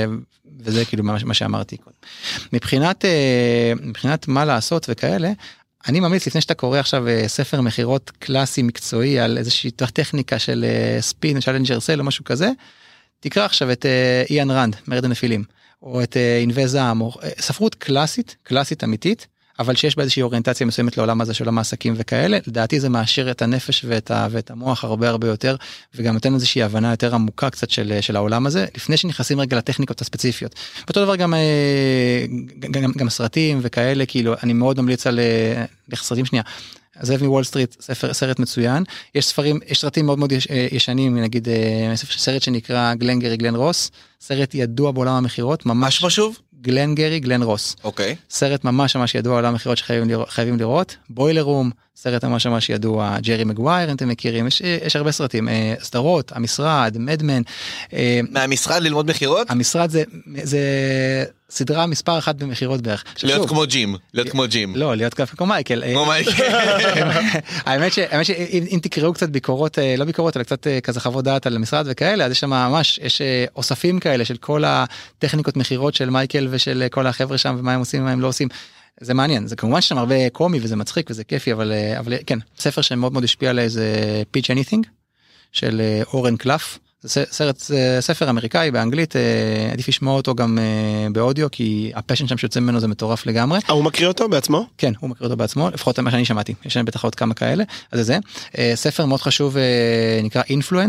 וזה כאילו מה, מה שאמרתי קודם. מבחינת, מבחינת מה לעשות וכאלה, אני ממליץ לפני שאתה קורא עכשיו ספר מחירות קלאסי מקצועי על איזושהי טכניקה של ספין, צ'אלנג'ר סל או משהו כזה, תקרא עכשיו את איאן רנד, מרד הנפילים, או את ענבי זעם, או ספרות קלאסית, קלאסית אמיתית, אבל שיש בה איזושהי אוריינטציה מסוימת לעולם הזה של עולם העסקים וכאלה, לדעתי זה מאשר את הנפש ואת, ה, ואת המוח הרבה הרבה יותר, וגם נותן איזושהי הבנה יותר עמוקה קצת של, של העולם הזה, לפני שנכנסים רגע לטכניקות הספציפיות. באותו דבר גם, גם, גם סרטים וכאלה, כאילו, אני מאוד ממליץ על סרטים שנייה, זאב מוול סטריט, ספר, סרט מצוין. יש ספרים, יש סרטים מאוד מאוד יש, ישנים, נגיד סרט שנקרא גלן-גרי גלן רוס, סרט ידוע בעולם המחירות, ממש משוב? גלן-גרי גלן רוס. אוקיי. סרט ממש ממש ידוע בעולם המחירות שחייבים לראות, חייבים לראות. בוילר רום, סרט ממש ממש ידוע, ג'רי מגווייר, אם אתם מכירים, יש, יש הרבה סרטים, סדרות, המשרד, מדמן. מהמשרד ללמוד מחירות? המשרד זה, זה סדרה מספר אחת במחירות בערך. להיות כמו ג'ים, להיות כמו ג'ים. לא, להיות כמו מייקל. כמו מייקל. האמת שאם תקראו קצת ביקורות, לא ביקורות, אלא קצת כזה חוות דעת על המשרד וכאלה, אז יש שם ממש, יש אוספים כאלה של כל הטכניקות מחירות של מייקל ושל כל החבר'ה שם, ומה הם עושים ומה הם לא עושים. זה מעניין, זה כמובן שם הרבה קומי וזה מצחיק וזה כיפי, אבל, אבל כן, ספר שמאוד מאוד השפיע עליי זה Pitch Anything של אורן קלף, זה סרט, ספר אמריקאי באנגלית, עדיף לשמוע אותו גם באודיו, כי הפשן שם שיוצא ממנו זה מטורף לגמרי. הוא מקריא אותו בעצמו? כן, הוא מקריא אותו בעצמו, לפחות מה שאני שמעתי, יש להם בטח עוד כמה כאלה, אז זה, ספר מאוד חשוב נקרא Influence,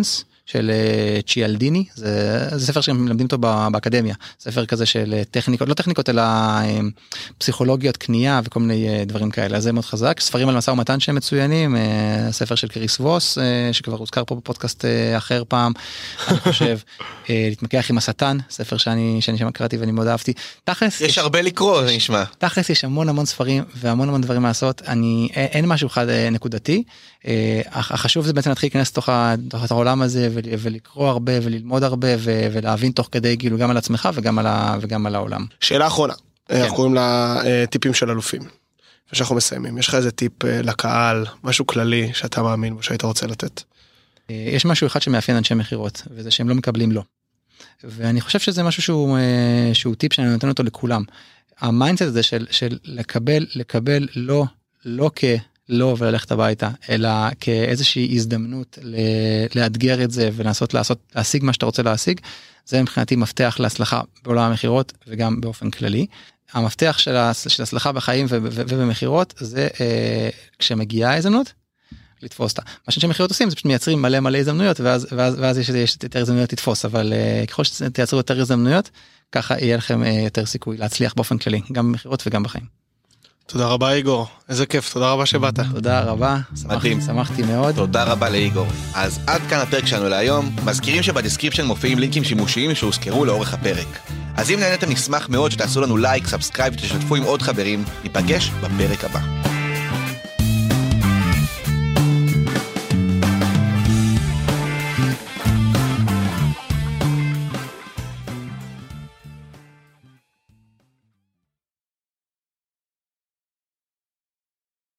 של צ'יאלדיני, זה, זה ספר שמלמדים אותו באקדמיה, ספר כזה של טכניקות, לא טכניקות אלא פסיכולוגיות, קנייה וכל מיני דברים כאלה, אז זה מאוד חזק. ספרים על משא ומתן שהם מצוינים, ספר של קריס ווס, שכבר הוזכר פה בפודקאסט אחר פעם, אני חושב, להתמקח עם השטן, ספר שאני, שאני שם קראתי ואני מאוד אהבתי. תכלס, יש, יש הרבה לקרוא, זה נשמע. תכלס יש המון המון ספרים והמון המון דברים לעשות, אני, אין משהו אחד נקודתי, החשוב זה בעצם להתחיל להיכנס לתוך העולם הזה ולקרוא הרבה וללמוד הרבה ולהבין תוך כדי כאילו גם על עצמך וגם על, וגם על העולם. שאלה אחרונה, אנחנו קוראים לה טיפים של אלופים. ושאנחנו מסיימים, יש לך איזה טיפ לקהל, משהו כללי שאתה מאמין בו שהיית רוצה לתת? יש משהו אחד שמאפיין אנשי מחירות, וזה שהם לא מקבלים לא. ואני חושב שזה משהו שהוא, שהוא טיפ שאני נותן אותו לכולם. המיינדסט הזה של, של לקבל, לקבל לא, לא כלא וללכת הביתה, אלא כאיזושהי הזדמנות לאתגר את זה ולנסות לעשות, להשיג מה שאתה רוצה להשיג, זה מבחינתי מפתח להצלחה בעולם המחירות וגם באופן כללי. המפתח של ההצלחה בחיים ובמחירות זה כשמגיעה הזדמנות, לתפוס אותה. מה שאנשי מחירות עושים זה פשוט מייצרים מלא מלא הזדמנויות ואז, ואז, ואז יש, יש יותר הזדמנויות לתפוס, אבל ככל שתייצרו יותר הזדמנויות, ככה יהיה לכם יותר סיכוי להצליח באופן כללי, גם במחירות וגם בחיים. תודה רבה איגור, איזה כיף, תודה רבה שבאת. תודה רבה, שמחתי, שמחתי מאוד. תודה רבה לאיגור. אז עד כאן הפרק שלנו להיום, מזכירים שבדיסקריפשן מופיעים לינקים שימושיים שהוזכרו לאורך הפרק. אז אם נהנתם נשמח מאוד שתעשו לנו לייק, סאבסקרייב ותשתפו עם עוד חברים, ניפגש בפרק הבא.